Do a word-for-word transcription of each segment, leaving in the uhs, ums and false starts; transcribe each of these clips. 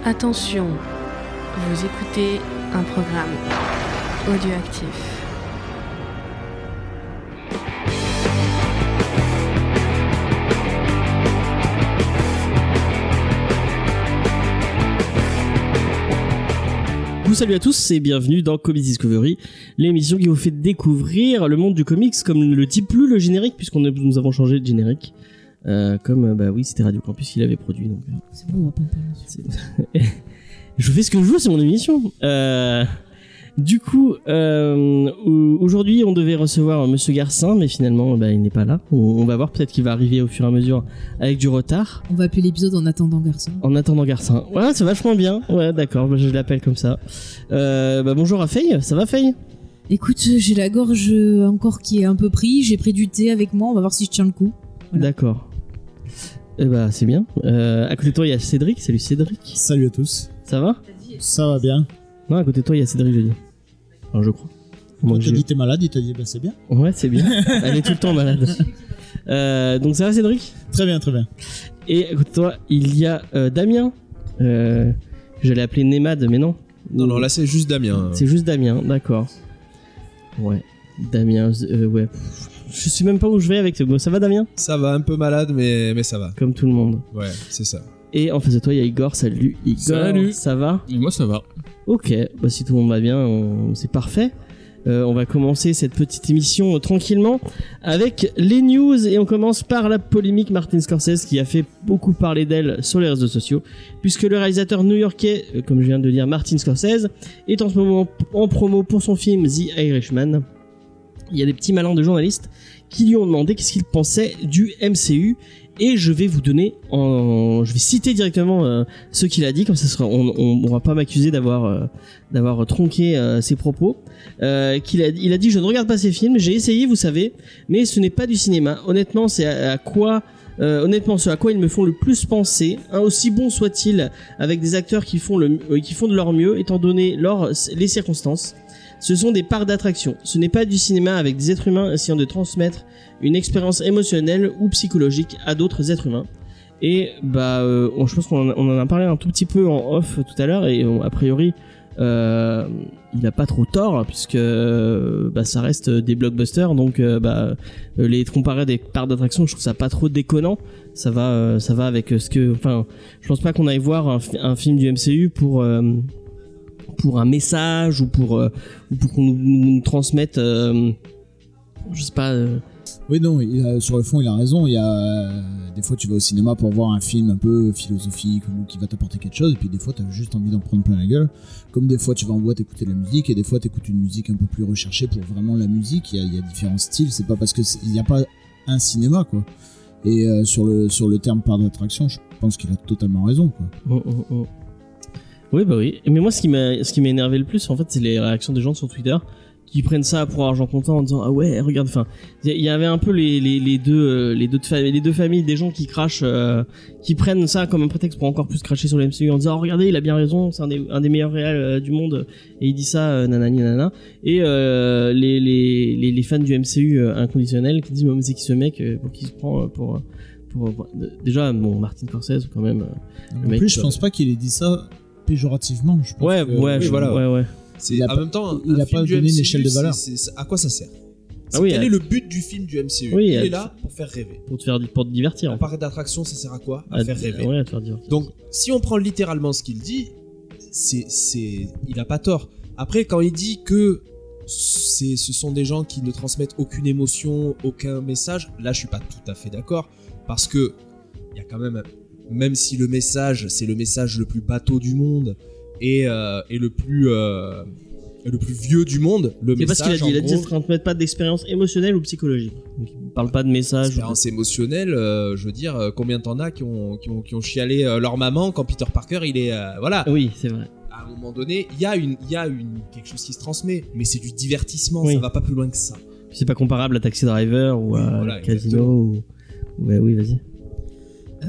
Attention, vous écoutez un programme audioactif. Salut à tous et bienvenue dans Comics Discovery, l'émission qui vous fait découvrir le monde du comics comme le dit plus le générique, puisqu'on nous avons changé de générique. Euh, comme bah oui, c'était Radio Campus qui l'avait produit, donc c'est bon, on va pas en parler. Je fais ce que je veux, c'est mon émission. Euh, du coup, euh, aujourd'hui, on devait recevoir Monsieur Garcin, mais finalement, bah, il n'est pas là. On, on va voir, peut-être qu'il va arriver au fur et à mesure avec du retard. On va appeler l'épisode En attendant Garcin. En attendant Garcin. Ouais, c'est vachement bien. Ouais, d'accord, bah, je l'appelle comme ça. Euh, bah, bonjour à Faye, ça va Faye ? Écoute, j'ai la gorge encore qui est un peu prise, j'ai pris du thé avec moi, on va voir si je tiens le coup. Voilà. D'accord. Eh bah, c'est bien. Euh, à côté de toi, il y a Cédric. Salut Cédric. Salut à tous. Ça va ? Ça va bien. Non, à côté de toi, il y a Cédric, je dis. Enfin, je crois. Moi, t'as dit t'es malade, il t'a dit bah c'est bien. Ouais, c'est bien. Elle est tout le temps malade. Euh, donc ça va Cédric ? Très bien, très bien. Et à côté de toi, il y a euh, Damien. Euh, j'allais appeler Nemad, mais non. Non, non, là c'est juste Damien. C'est juste Damien, d'accord. Ouais. Damien, euh, ouais. Je sais même pas où je vais avec ce mot. Ça va Damien ? Ça va, un peu malade, mais, mais ça va. Comme tout le monde. Ouais, c'est ça. Et en face de toi, il y a Igor. Salut Igor. Salut. Ça va ? Et moi ça va. Ok, bah si tout le monde va bien, on... c'est parfait. Euh, on va commencer cette petite émission euh, tranquillement avec les news et on commence par la polémique Martin Scorsese qui a fait beaucoup parler d'elle sur les réseaux sociaux puisque le réalisateur new-yorkais, euh, comme je viens de le dire, Martin Scorsese, est en ce moment en promo pour son film The Irishman. Il y a des petits malins de journalistes qui lui ont demandé qu'est-ce qu'il pensait du M C U et je vais vous donner en... je vais citer directement euh, ce qu'il a dit, comme ça sera... on, on, on va pas m'accuser d'avoir euh, d'avoir tronqué euh, ses propos. Euh, qu'il a... il a dit je ne regarde pas ces films, j'ai essayé vous savez, mais ce n'est pas du cinéma. Honnêtement c'est à, à quoi euh, honnêtement ce à quoi ils me font le plus penser, hein, aussi bon soit-il, avec des acteurs qui font le euh, qui font de leur mieux étant donné leur les circonstances. Ce sont des parcs d'attraction. Ce n'est pas du cinéma avec des êtres humains essayant de transmettre une expérience émotionnelle ou psychologique à d'autres êtres humains. Et bah, euh, on, je pense qu'on en, on en a parlé un tout petit peu en off tout à l'heure et on, a priori, euh, il a pas trop tort puisque euh, bah, ça reste des blockbusters. Donc, euh, bah, les comparer à des parcs d'attraction, je trouve ça pas trop déconnant. Ça va, euh, ça va avec ce que. Enfin, je pense pas qu'on aille voir un, un film du M C U pour. Euh, pour un message ou pour euh, ou pour qu'on nous, nous transmette euh, je sais pas euh... oui non il a, sur le fond il a raison. Il y a euh, des fois tu vas au cinéma pour voir un film un peu philosophique ou qui va t'apporter quelque chose et puis des fois t'as juste envie d'en prendre plein la gueule, comme des fois tu vas en boîte écouter de la musique et des fois t'écoutes une musique un peu plus recherchée pour vraiment la musique. Il y a, il y a différents styles, c'est pas parce que il n'y a pas un cinéma quoi. Et euh, sur le sur le terme part d'attraction je pense qu'il a totalement raison quoi. Oh, oh, oh. Oui bah oui, mais moi ce qui m'a ce qui m'a énervé le plus en fait c'est les réactions des gens sur Twitter qui prennent ça pour argent comptant en disant ah ouais regarde, enfin il y avait un peu les les les deux euh, les deux familles les deux familles des gens qui crachent euh, qui prennent ça comme un prétexte pour encore plus cracher sur le M C U en disant oh, regardez il a bien raison, c'est un des un des meilleurs réals euh, du monde et il dit ça euh, nanani nanana et euh, les les les les fans du M C U euh, inconditionnels qui disent mais c'est qui ce mec euh, pour qui se prend euh, pour, pour pour déjà bon Martin Scorsese quand même euh, en mec, plus je euh, pense pas qu'il ait dit ça péjorativement, je pense. Ouais, que, ouais, oui, voilà. Ouais, ouais. C'est, il a en pas, même temps, il a pas donné une échelle de valeur. C'est, c'est, à quoi ça sert ? C'est Ah oui, quel euh, est le but du film du M C U ? Oui, il euh, est là pour faire rêver. Pour te faire, pour te divertir. Un parc d'attraction, ça sert à quoi ? À, à faire te, rêver. Ouais, à te faire divertir. Donc, si on prend littéralement ce qu'il dit, c'est, c'est, il a pas tort. Après, quand il dit que c'est, ce sont des gens qui ne transmettent aucune émotion, aucun message, là, je suis pas tout à fait d'accord, parce que il y a quand même, même si le message, c'est le message le plus bateau du monde. Et, euh, et le plus euh, le plus vieux du monde, le c'est message. C'est parce qu'il a dit, il a dit, gros, ne transmettent pas d'expérience émotionnelle ou psychologique. Donc, il parle pas de message. Expérience ou... émotionnelle, euh, je veux dire, euh, combien t'en as qui ont qui ont qui ont chialé euh, leur maman quand Peter Parker il est euh, voilà. Oui, c'est vrai. À un moment donné, il y a une il y a une quelque chose qui se transmet, mais c'est du divertissement, oui. Ça va pas plus loin que ça. Puis c'est pas comparable à Taxi Driver ou à oui, voilà, Casino ou... Ouais, oui, vas-y. Euh, oui, pour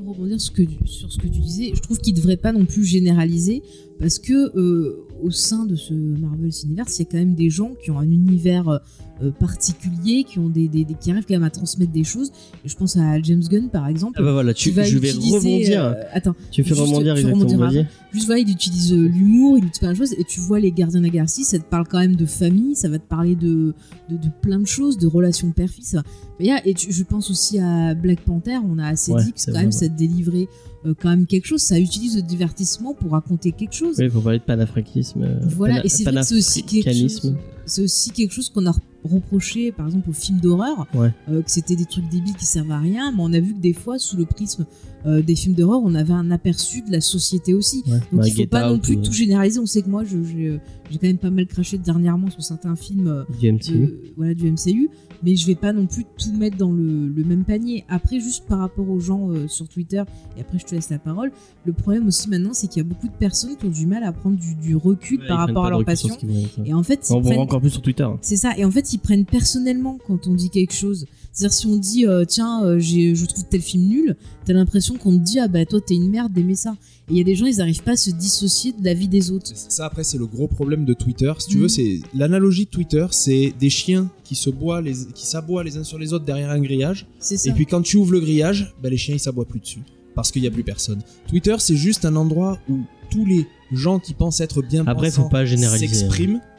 rebondir sur ce, que, sur ce que tu disais, je trouve qu'il ne devrait pas non plus généraliser, parce que euh, au sein de ce Marvel Universe, il y a quand même des gens qui ont un univers euh, particulier, qui, ont des, des, des, qui arrivent quand même à transmettre des choses. Et je pense à James Gunn, par exemple. Ah bah voilà, tu, je vais rebondir. Euh, attends, tu fais rebondir exactement, vas-y. Juste voilà, il utilise euh, l'humour, il utilise plein de choses, et tu vois les Gardiens de la Galaxie, ça te parle quand même de famille, ça va te parler de, de, de plein de choses, de relations père-fils. Et, et tu, je pense aussi à Black Panther, on a assez ouais, dit que quand même ça te délivrait euh, quand même quelque chose, ça utilise le divertissement pour raconter quelque chose. Oui, pour parler de panafricanisme. Voilà, pana- et c'est vrai que c'est aussi quelque chose, c'est aussi quelque chose qu'on a reproché par exemple aux films d'horreur, ouais. euh, que c'était des trucs débiles qui servent à rien, mais on a vu que des fois sous le prisme euh, des films d'horreur on avait un aperçu de la société aussi, ouais. donc bah, il faut pas non plus ouais. tout généraliser. On sait que moi je, j'ai, j'ai quand même pas mal craché dernièrement sur certains films euh, du M C U, de, voilà, du M C U, mais je vais pas non plus tout mettre dans le, le même panier. Après, juste par rapport aux gens euh, sur Twitter, et après je te laisse la parole, le problème aussi maintenant c'est qu'il y a beaucoup de personnes qui ont du mal à prendre du, du recul ouais, par rapport à leur passion, et en fait on prennent... voit encore plus sur Twitter, c'est ça, et en fait ils prennent personnellement quand on dit quelque chose. C'est-à-dire si on dit euh, tiens euh, j'ai, je trouve tel film nul, t'as l'impression qu'on te dit ah bah toi t'es une merde d'aimer ça. Et il y a des gens, ils arrivent pas à se dissocier de la vie des autres. Ça après c'est le gros problème de Twitter. Si tu mmh. veux, c'est l'analogie de Twitter, c'est des chiens qui se boivent les, qui s'aboient les uns sur les autres derrière un grillage. C'est ça. Et puis quand tu ouvres le grillage, bah, les chiens ils s'aboient plus dessus parce qu'il y a plus personne. Twitter c'est juste un endroit où tous les gens qui pensent être bien après, pensants faut pas généraliser, s'expriment. Hein.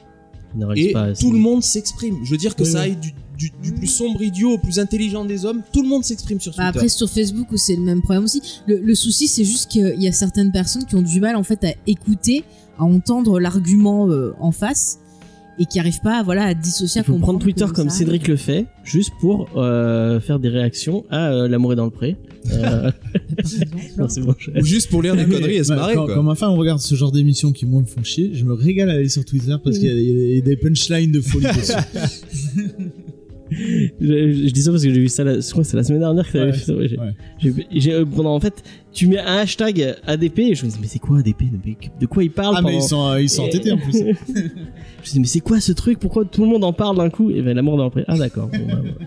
Et pas, tout le monde s'exprime. Je veux dire que oui, ça oui. aille du, du, du plus sombre idiot au plus intelligent des hommes. Tout le monde s'exprime sur Twitter. Bah après sur Facebook c'est le même problème aussi. Le, le souci c'est juste qu'il y a certaines personnes qui ont du mal en fait à écouter, à entendre l'argument euh, en face, et qui n'arrivent pas voilà, à dissocier. Il faut prendre Twitter comme ça Cédric le fait, juste pour euh, faire des réactions à euh, L'amour est dans le pré. Euh... non, c'est bon, je... Ou juste pour lire des conneries et se marrer. Quand, quand ma femme regarde ce genre d'émissions qui moi me font chier, je me régale à aller sur Twitter parce qu'il y a, il y a des punchlines de folie dessus. je, je dis ça parce que j'ai vu ça, la, je crois que c'est la semaine dernière que t'avais ouais, fait ça. Ouais, j'ai, ouais. j'ai, j'ai, euh, pendant, en fait, tu mets un hashtag A D P et je me dis mais c'est quoi A D P? De quoi ils parlent? Ah pendant... mais ils sont, ils sont entêtés en plus. Je me dis mais c'est quoi ce truc? Pourquoi tout le monde en parle d'un coup? Et ben L'amour dans le pré. Ah d'accord. Bon, bah, ouais.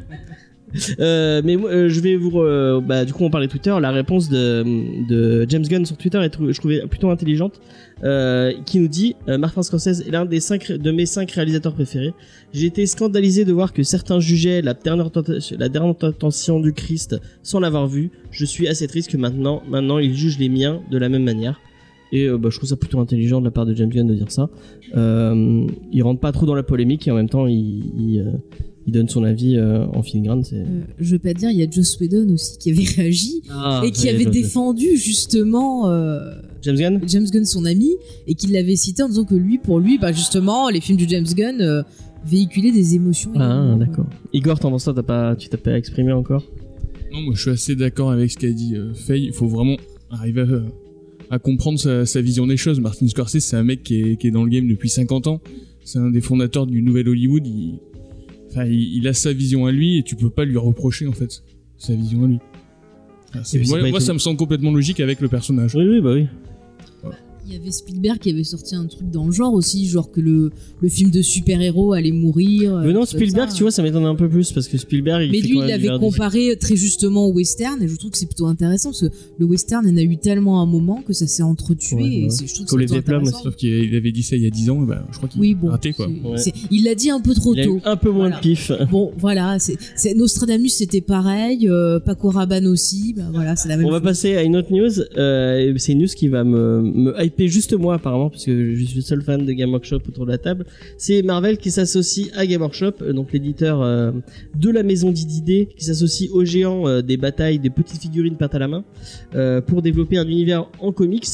Euh, mais euh, je vais vous euh, bah, du coup on parlait Twitter, la réponse de, de James Gunn sur Twitter est, je trouvais plutôt intelligente, euh, qui nous dit euh, Martin Scorsese est l'un des cinq de mes cinq réalisateurs préférés. J'ai été scandalisé de voir que certains jugeaient la dernière tentation, la dernière tentation du Christ sans l'avoir vu. Je suis assez triste que maintenant maintenant ils jugent les miens de la même manière. Et euh, bah, je trouve ça plutôt intelligent de la part de James Gunn de dire ça. Euh, il rentre pas trop dans la polémique et en même temps il, il euh, il donne son avis euh, en filigrane. C'est... Euh, je veux pas dire, il y a Joss Whedon aussi qui avait réagi ah, et qui avait défendu justement euh, James Gunn, James Gunn, son ami, et qui l'avait cité en disant que lui, pour lui, bah justement, les films de James Gunn euh, véhiculaient des émotions. Ah, d'accord. Igor, t'en penses ça? T'as pas, tu t'as pas exprimé encore? Non, moi je suis assez d'accord avec ce qu'a dit euh, Faye. Il faut vraiment arriver à, à comprendre sa, sa vision des choses. Martin Scorsese, c'est un mec qui est, qui est dans le game depuis cinquante ans. C'est un des fondateurs du nouvel Hollywood. Il... Enfin, il, il a sa vision à lui et tu peux pas lui reprocher en fait sa vision à lui. Enfin, c'est, moi, moi ça me semble complètement logique avec le personnage. Oui, oui, bah oui. Il y avait Spielberg qui avait sorti un truc dans le genre aussi, genre que le, le film de super-héros allait mourir. Mais non, Spielberg, ça. Tu vois, ça m'étonne un peu plus parce que Spielberg. Il mais fait lui, quand même il avait comparé du... très justement au western et je trouve que c'est plutôt intéressant parce que le western, il y en a eu tellement un moment que ça s'est entretué ouais, et ouais. C'est, je trouve que c'est plutôt intéressant. Sauf qu'il avait dit ça il y a dix ans, bah, je crois qu'il oui, bon, a raté quoi. C'est, ouais. c'est, il l'a dit un peu trop il tôt. A eu un peu moins voilà. de pif. Bon, voilà, c'est, c'est Nostradamus, c'était pareil, euh, Paco Rabanne aussi, bah voilà, c'est la même On chose. va passer à une autre news. Euh, c'est une news qui va me, me hyper juste moi apparemment. Parce que je suis le seul fan de Game Workshop autour de la table. C'est Marvel qui s'associe à Game Workshop, donc l'éditeur euh, de la maison d'idées, qui s'associe aux géants euh, des batailles des petites figurines peintes à la main euh, pour développer un univers en comics.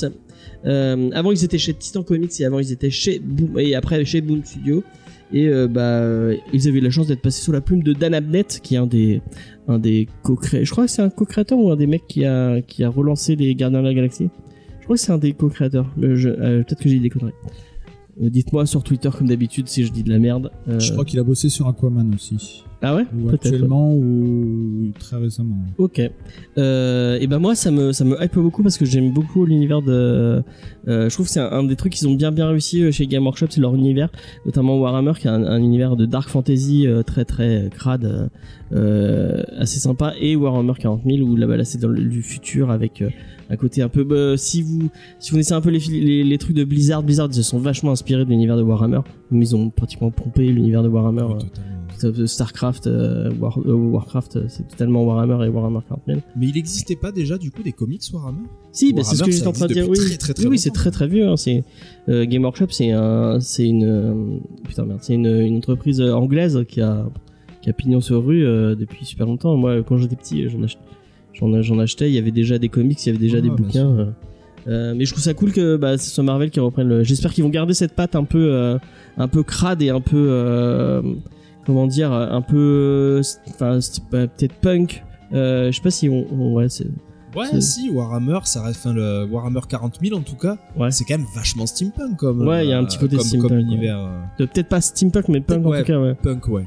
Euh, avant ils étaient chez Titan Comics et avant ils étaient chez Boom et après chez Boom Studio. Et euh, bah ils avaient la chance d'être passés sous la plume de Dan Abnett, qui est un des un des co-créateurs. Je crois que c'est un co-créateur ou un des mecs qui a qui a relancé les Gardiens de la Galaxie. Je crois que c'est un des co-créateurs. Je, euh, peut-être que j'ai dit des conneries. Euh, dites-moi sur Twitter comme d'habitude si je dis de la merde. Euh... Je crois qu'il a bossé sur Aquaman aussi. Ah ouais, ou peut-être. Actuellement ouais. ou très récemment. Ok. Euh, et ben moi ça me ça me hype beaucoup parce que j'aime beaucoup l'univers de. Euh, je trouve que c'est un, un des trucs qu'ils ont bien bien réussi chez Game Workshop, c'est leur univers, notamment Warhammer qui est un, un univers de dark fantasy euh, très très crade, euh, assez sympa, et Warhammer quarante mille où là, bah, là c'est dans le du futur avec euh, un côté un peu. Bah, si vous si vous connaissez un peu les, les les trucs de Blizzard, Blizzard ils se sont vachement inspirés de l'univers de Warhammer, mais ils ont pratiquement pompé l'univers de Warhammer. Oui, euh, totalement. Starcraft, euh, War, euh, Warcraft, c'est totalement Warhammer et Warhammer quarante mille. Mais il n'existait pas déjà du coup des comics Warhammer? Si, bah, c'est ce que j'étais en train de dire. Oui, très, très, très oui, oui c'est très très vieux. Hein. C'est euh, Game Workshop, c'est un, c'est une, euh, putain merde, c'est une, une entreprise anglaise qui a, qui a pignon sur rue euh, depuis super longtemps. Moi, quand j'étais petit, j'en achetais, j'en, j'en achetais. Il y avait déjà des comics, il y avait déjà Ah, des bah, bouquins. Euh, euh, mais je trouve ça cool que bah, ce soit Marvel qui reprenne. Le... J'espère qu'ils vont garder cette patte un peu, euh, un peu crade et un peu. Euh, comment dire, un peu, enfin peut-être punk, euh, je sais pas si on, on ouais c'est ouais c'est... si Warhammer ça reste, enfin le Warhammer quarante mille en tout cas, ouais. c'est quand même vachement steampunk comme ouais il y a un petit côté comme, steampunk comme univers ouais. Peut-être pas steampunk mais punk ouais, en tout cas ouais punk ouais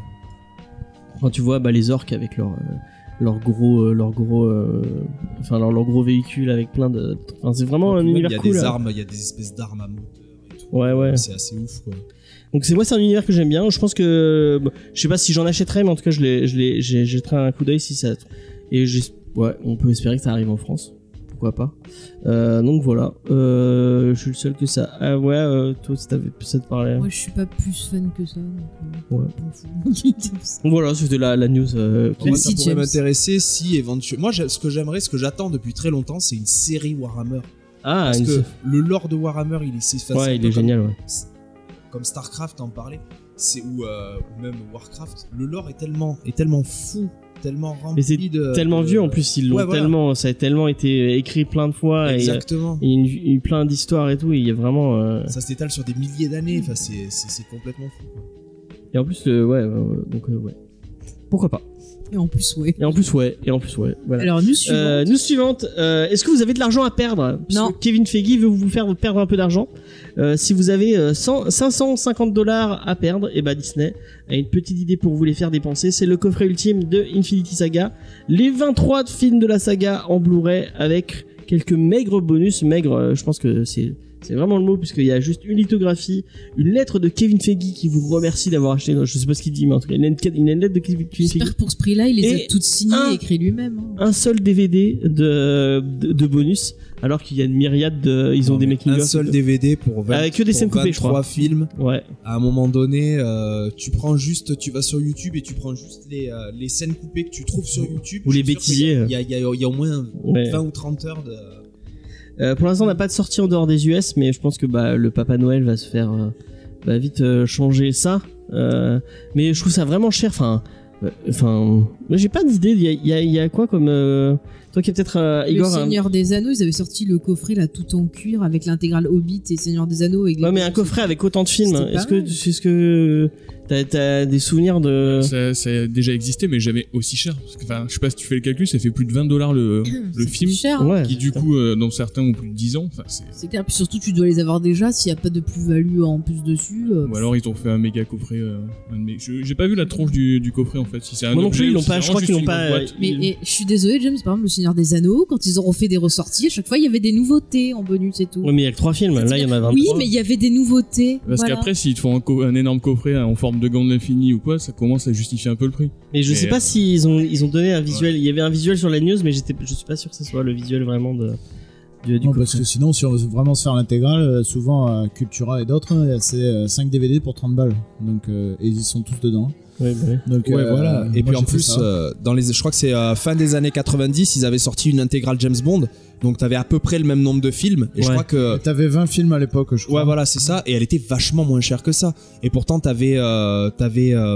quand tu vois bah les orques avec leur euh, leur gros euh, leur gros euh, enfin leur, leur gros véhicule avec plein de enfin c'est vraiment un univers cool. Il y a des hein. armes, il y a des espèces d'armes à moteur et tout. Ouais ouais. C'est assez ouf quoi. Donc c'est moi c'est un univers que j'aime bien. Je pense que bah, je sais pas si j'en achèterais, mais en tout cas je l'ai je l'ai j'ai jetterai un coup d'œil si ça et j'ai ouais on peut espérer que ça arrive en France. Pourquoi pas. Euh, donc voilà. Euh, je suis le seul que ça. Ah ouais euh, toi si t'avais ça te parlait. Moi je suis pas plus fan que ça. Donc, euh, ouais. m'en fous. Donc voilà c'était la la news. Euh, Moi, ça si pourrait James. m'intéresser si éventuellement. Moi ce que j'aimerais, ce que j'attends depuis très longtemps, c'est une série Warhammer. Ah Parce une... que le lore de Warhammer il est c'est facile. Ouais il est génial ouais. Comme Starcraft en parlait, c'est ou, euh, ou même Warcraft, le lore est tellement est tellement fou, tellement rempli mais c'est de tellement de... vieux en plus ils l'ont ouais, voilà. tellement ça a tellement été écrit plein de fois. Exactement. Et il y a, il y a une, plein d'histoires et tout et il y a vraiment euh... ça s'étale sur des milliers d'années, enfin c'est c'est, c'est complètement fou quoi. Et en plus euh, ouais euh, donc euh, ouais pourquoi pas. Et en plus, ouais. Et en plus, ouais. Et en plus, ouais. Voilà. Alors, news suivante. Euh, news suivante. Euh, est-ce que vous avez de l'argent à perdre? Parce Non. que Kevin Feige veut vous faire perdre un peu d'argent. Euh, si vous avez euh, cent, cinq cent cinquante dollars à perdre, et bah Disney a une petite idée pour vous les faire dépenser. C'est le coffret ultime de Infinity Saga. Les vingt-trois films de la saga en Blu-ray avec quelques maigres bonus. Maigres, euh, je pense que c'est... C'est vraiment le mot, puisqu'il y a juste une lithographie, une lettre de Kevin Feige qui vous remercie d'avoir acheté. Je sais pas ce qu'il dit, mais en tout cas, il y a une, il y a une lettre de Kevin Feige. J'espère que pour ce prix-là, il les Et a toutes signées un- et écrites lui-même. hein. Un seul D V D de, de, de bonus, alors qu'il y a une myriade de. Ils ont Non, des mais making un of. seul D V D pour vingt, Avec que des pour scènes coupées, je crois. vingt-trois films. Ouais. À un moment donné, euh, tu prends juste, tu vas sur YouTube et tu prends juste les, euh, les scènes coupées que tu trouves sur YouTube. Ou Je les suis sûr qu'il bêtisiers. y a- Il y a, il y a, il y a au moins Ouais. vingt ou trente heures de. Euh, pour l'instant, on n'a pas de sortie en dehors des U S, mais je pense que bah, le Papa Noël va se faire euh, va vite euh, changer ça. Euh, mais je trouve ça vraiment cher. Enfin, euh, enfin, moi, j'ai pas d'idée. Il y a, il y, a, il y a quoi comme euh, toi qui est peut-être euh, Le Igor. un- Seigneur des Anneaux, ils avaient sorti le coffret là tout en cuir avec l'intégrale Hobbit et Seigneur des Anneaux. Avec les- Ouais, mais un coffret avec autant de films. C'était pas Est-ce que mal. c'est ce que t'as, t'as des souvenirs de Ça, ça a déjà existé, mais jamais aussi cher. Parce que, enfin, je sais pas si tu fais le calcul, ça fait plus de vingt dollars le, le C'est film. cher. hein. Ouais. Qui du coup, euh, dans certains ont plus de dix ans. Enfin, c'est... C'est clair. Puis surtout, tu dois les avoir déjà. S'il n'y a pas de plus-value en plus dessus. euh, Ou alors ils ont fait un méga coffret. Euh, un de mes- je- J'ai pas vu la tronche du, du coffret en fait. Si c'est un Moi non objet plus, ils ou l'ont si pas- c'est je crois vraiment qu'ils l'ont juste pas, une boîte. Mais Il- et, je suis désolée, James, par exemple, le Seigneur des Anneaux, quand ils auront fait des ressorties, à chaque fois il y avait des nouveautés en bonus et tout. Ouais, mais il y a que trois films. Là, il y en a vingt-trois. Oui, mais il y avait des nouveautés. Parce voilà. qu'après, s'ils te font un, co- un énorme coffret en forme de gant de l'infini ou quoi, ça commence à justifier un peu le prix. Mais je Mais, sais pas euh, s'ils ont ils ont donné un visuel. Il y avait un visuel sur la news, mais j'étais je suis pas sûr que ce soit le visuel vraiment de du, du Non, coffret. parce que sinon, si on veut vraiment se faire l'intégrale, euh, souvent à Cultura et d'autres, euh, c'est euh, cinq D V D pour trente balles. Donc, euh, et ils sont tous dedans. Ouais, bah ouais. Donc, Ouais, euh, voilà. Et moi, puis en j'ai fait plus, ça. euh, dans les, je crois que c'est euh, fin des années quatre-vingt-dix, ils avaient sorti une intégrale James Bond. Donc t'avais à peu près le même nombre de films. Et je Ouais. crois que T'avais vingt films à l'époque, je crois. ouais, voilà, c'est ça. Et elle était vachement moins chère que ça. Et pourtant, t'avais, euh, t'avais euh,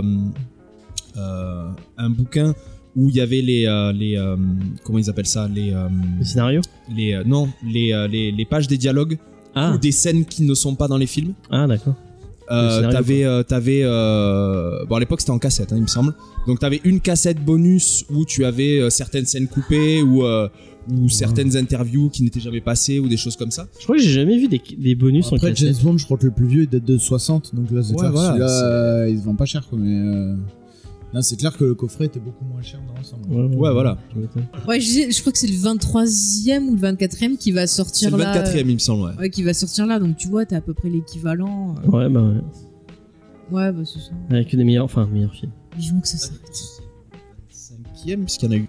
euh, un bouquin où il y avait les, euh, les, euh, comment ils appellent ça, les, euh, Le scénario. les, euh, non, les, euh, les, les pages des dialogues Ah ou des scènes qui ne sont pas dans les films. ah d'accord. Le scénario, t'avais, euh, t'avais, euh, bon à l'époque c'était en cassette, hein, il me semble. Donc t'avais une cassette bonus où tu avais euh, certaines scènes coupées ou euh, ou certaines interviews qui n'étaient jamais passées ou des choses comme ça. Je crois que j'ai jamais vu des, des bonus Après, en cassette. James Bond, je crois que le plus vieux, il date de soixante, donc là, c'est Ouais, clair que voilà, celui-là, c'est- euh, il se vend pas cher, quoi, mais euh, là, c'est clair que le coffret était beaucoup moins cher dans l'ensemble. Ouais, Ouais, voilà. je m'étonne. Ouais, je, disais, je crois que c'est le vingt-troisième ou le vingt-quatrième qui va C'est sortir le là. vingt-quatrième, il me semble, ouais. Ouais, qui va sortir là. Donc tu vois, t'as à peu près l'équivalent. euh. Ouais, bah ouais. Ouais, bah c'est ça. Avec des meilleurs, enfin, meilleurs films. Vivement que ça s'arrête. Cinquième, puisqu'il y en a eu.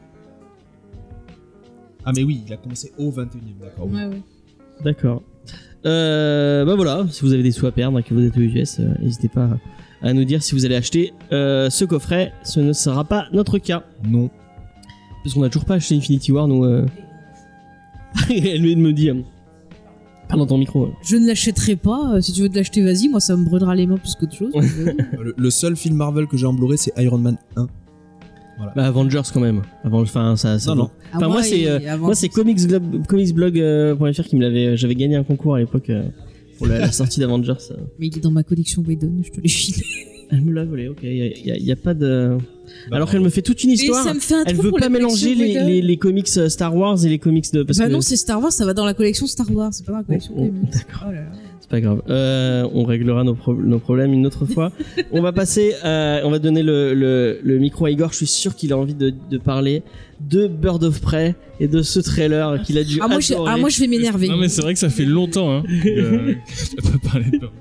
Ah mais oui, il a commencé au vingt et unième, d'accord. oui. Ouais, ouais. D'accord. Euh, bah voilà, si vous avez des sous à perdre et que vous êtes aux U S, euh, n'hésitez pas à nous dire si vous allez acheter euh, ce coffret. Ce ne sera pas notre cas. Non. Parce qu'on n'a toujours pas acheté Infinity War, nous. Euh... Elle me dit... Euh... Parle dans ton micro. euh. Je ne l'achèterai pas. Euh, si tu veux te l'acheter, vas-y. Moi, ça me brûlera les mains plus qu'autre chose. mais vas-y. Le, le seul film Marvel que j'ai en Blu-ray, c'est Iron Man un. Bah Avengers quand même. Avant le fin, ça. ça Non, non. Ah, Enfin moi c'est il- euh, avant- moi c'est comicsblog comicsblog point f r qui me l'avait. J'avais gagné un concours à l'époque euh, pour la, la sortie d'Avengers. euh. Mais il est dans ma collection Whedon. Je te l'ai filé. Elle me l'a volé. Ok. Il y a, y a- y a pas de. Bah, Alors qu'elle me fait toute une Et histoire. ça me fait un Elle trou veut pour pas la mélanger collection les, Whedon. les, les comics euh, Star Wars et les comics de. Parce Bah que non, c'est Star Wars. Ça va dans la collection Star Wars. C'est pas dans la collection Oh, oh, comics. d'accord. Oh là là. c'est pas grave. Euh, on réglera nos, pro- nos problèmes une autre fois. On va passer. À, on va donner le, le, le micro à Igor. Je suis sûr qu'il a envie de, de parler de Bird of Prey et de ce trailer qu'il a dû Ah moi, je, adorer. ah, moi, je vais m'énerver. Non mais c'est vrai que ça fait longtemps hein. que, euh, que t'as pas parlé de ça.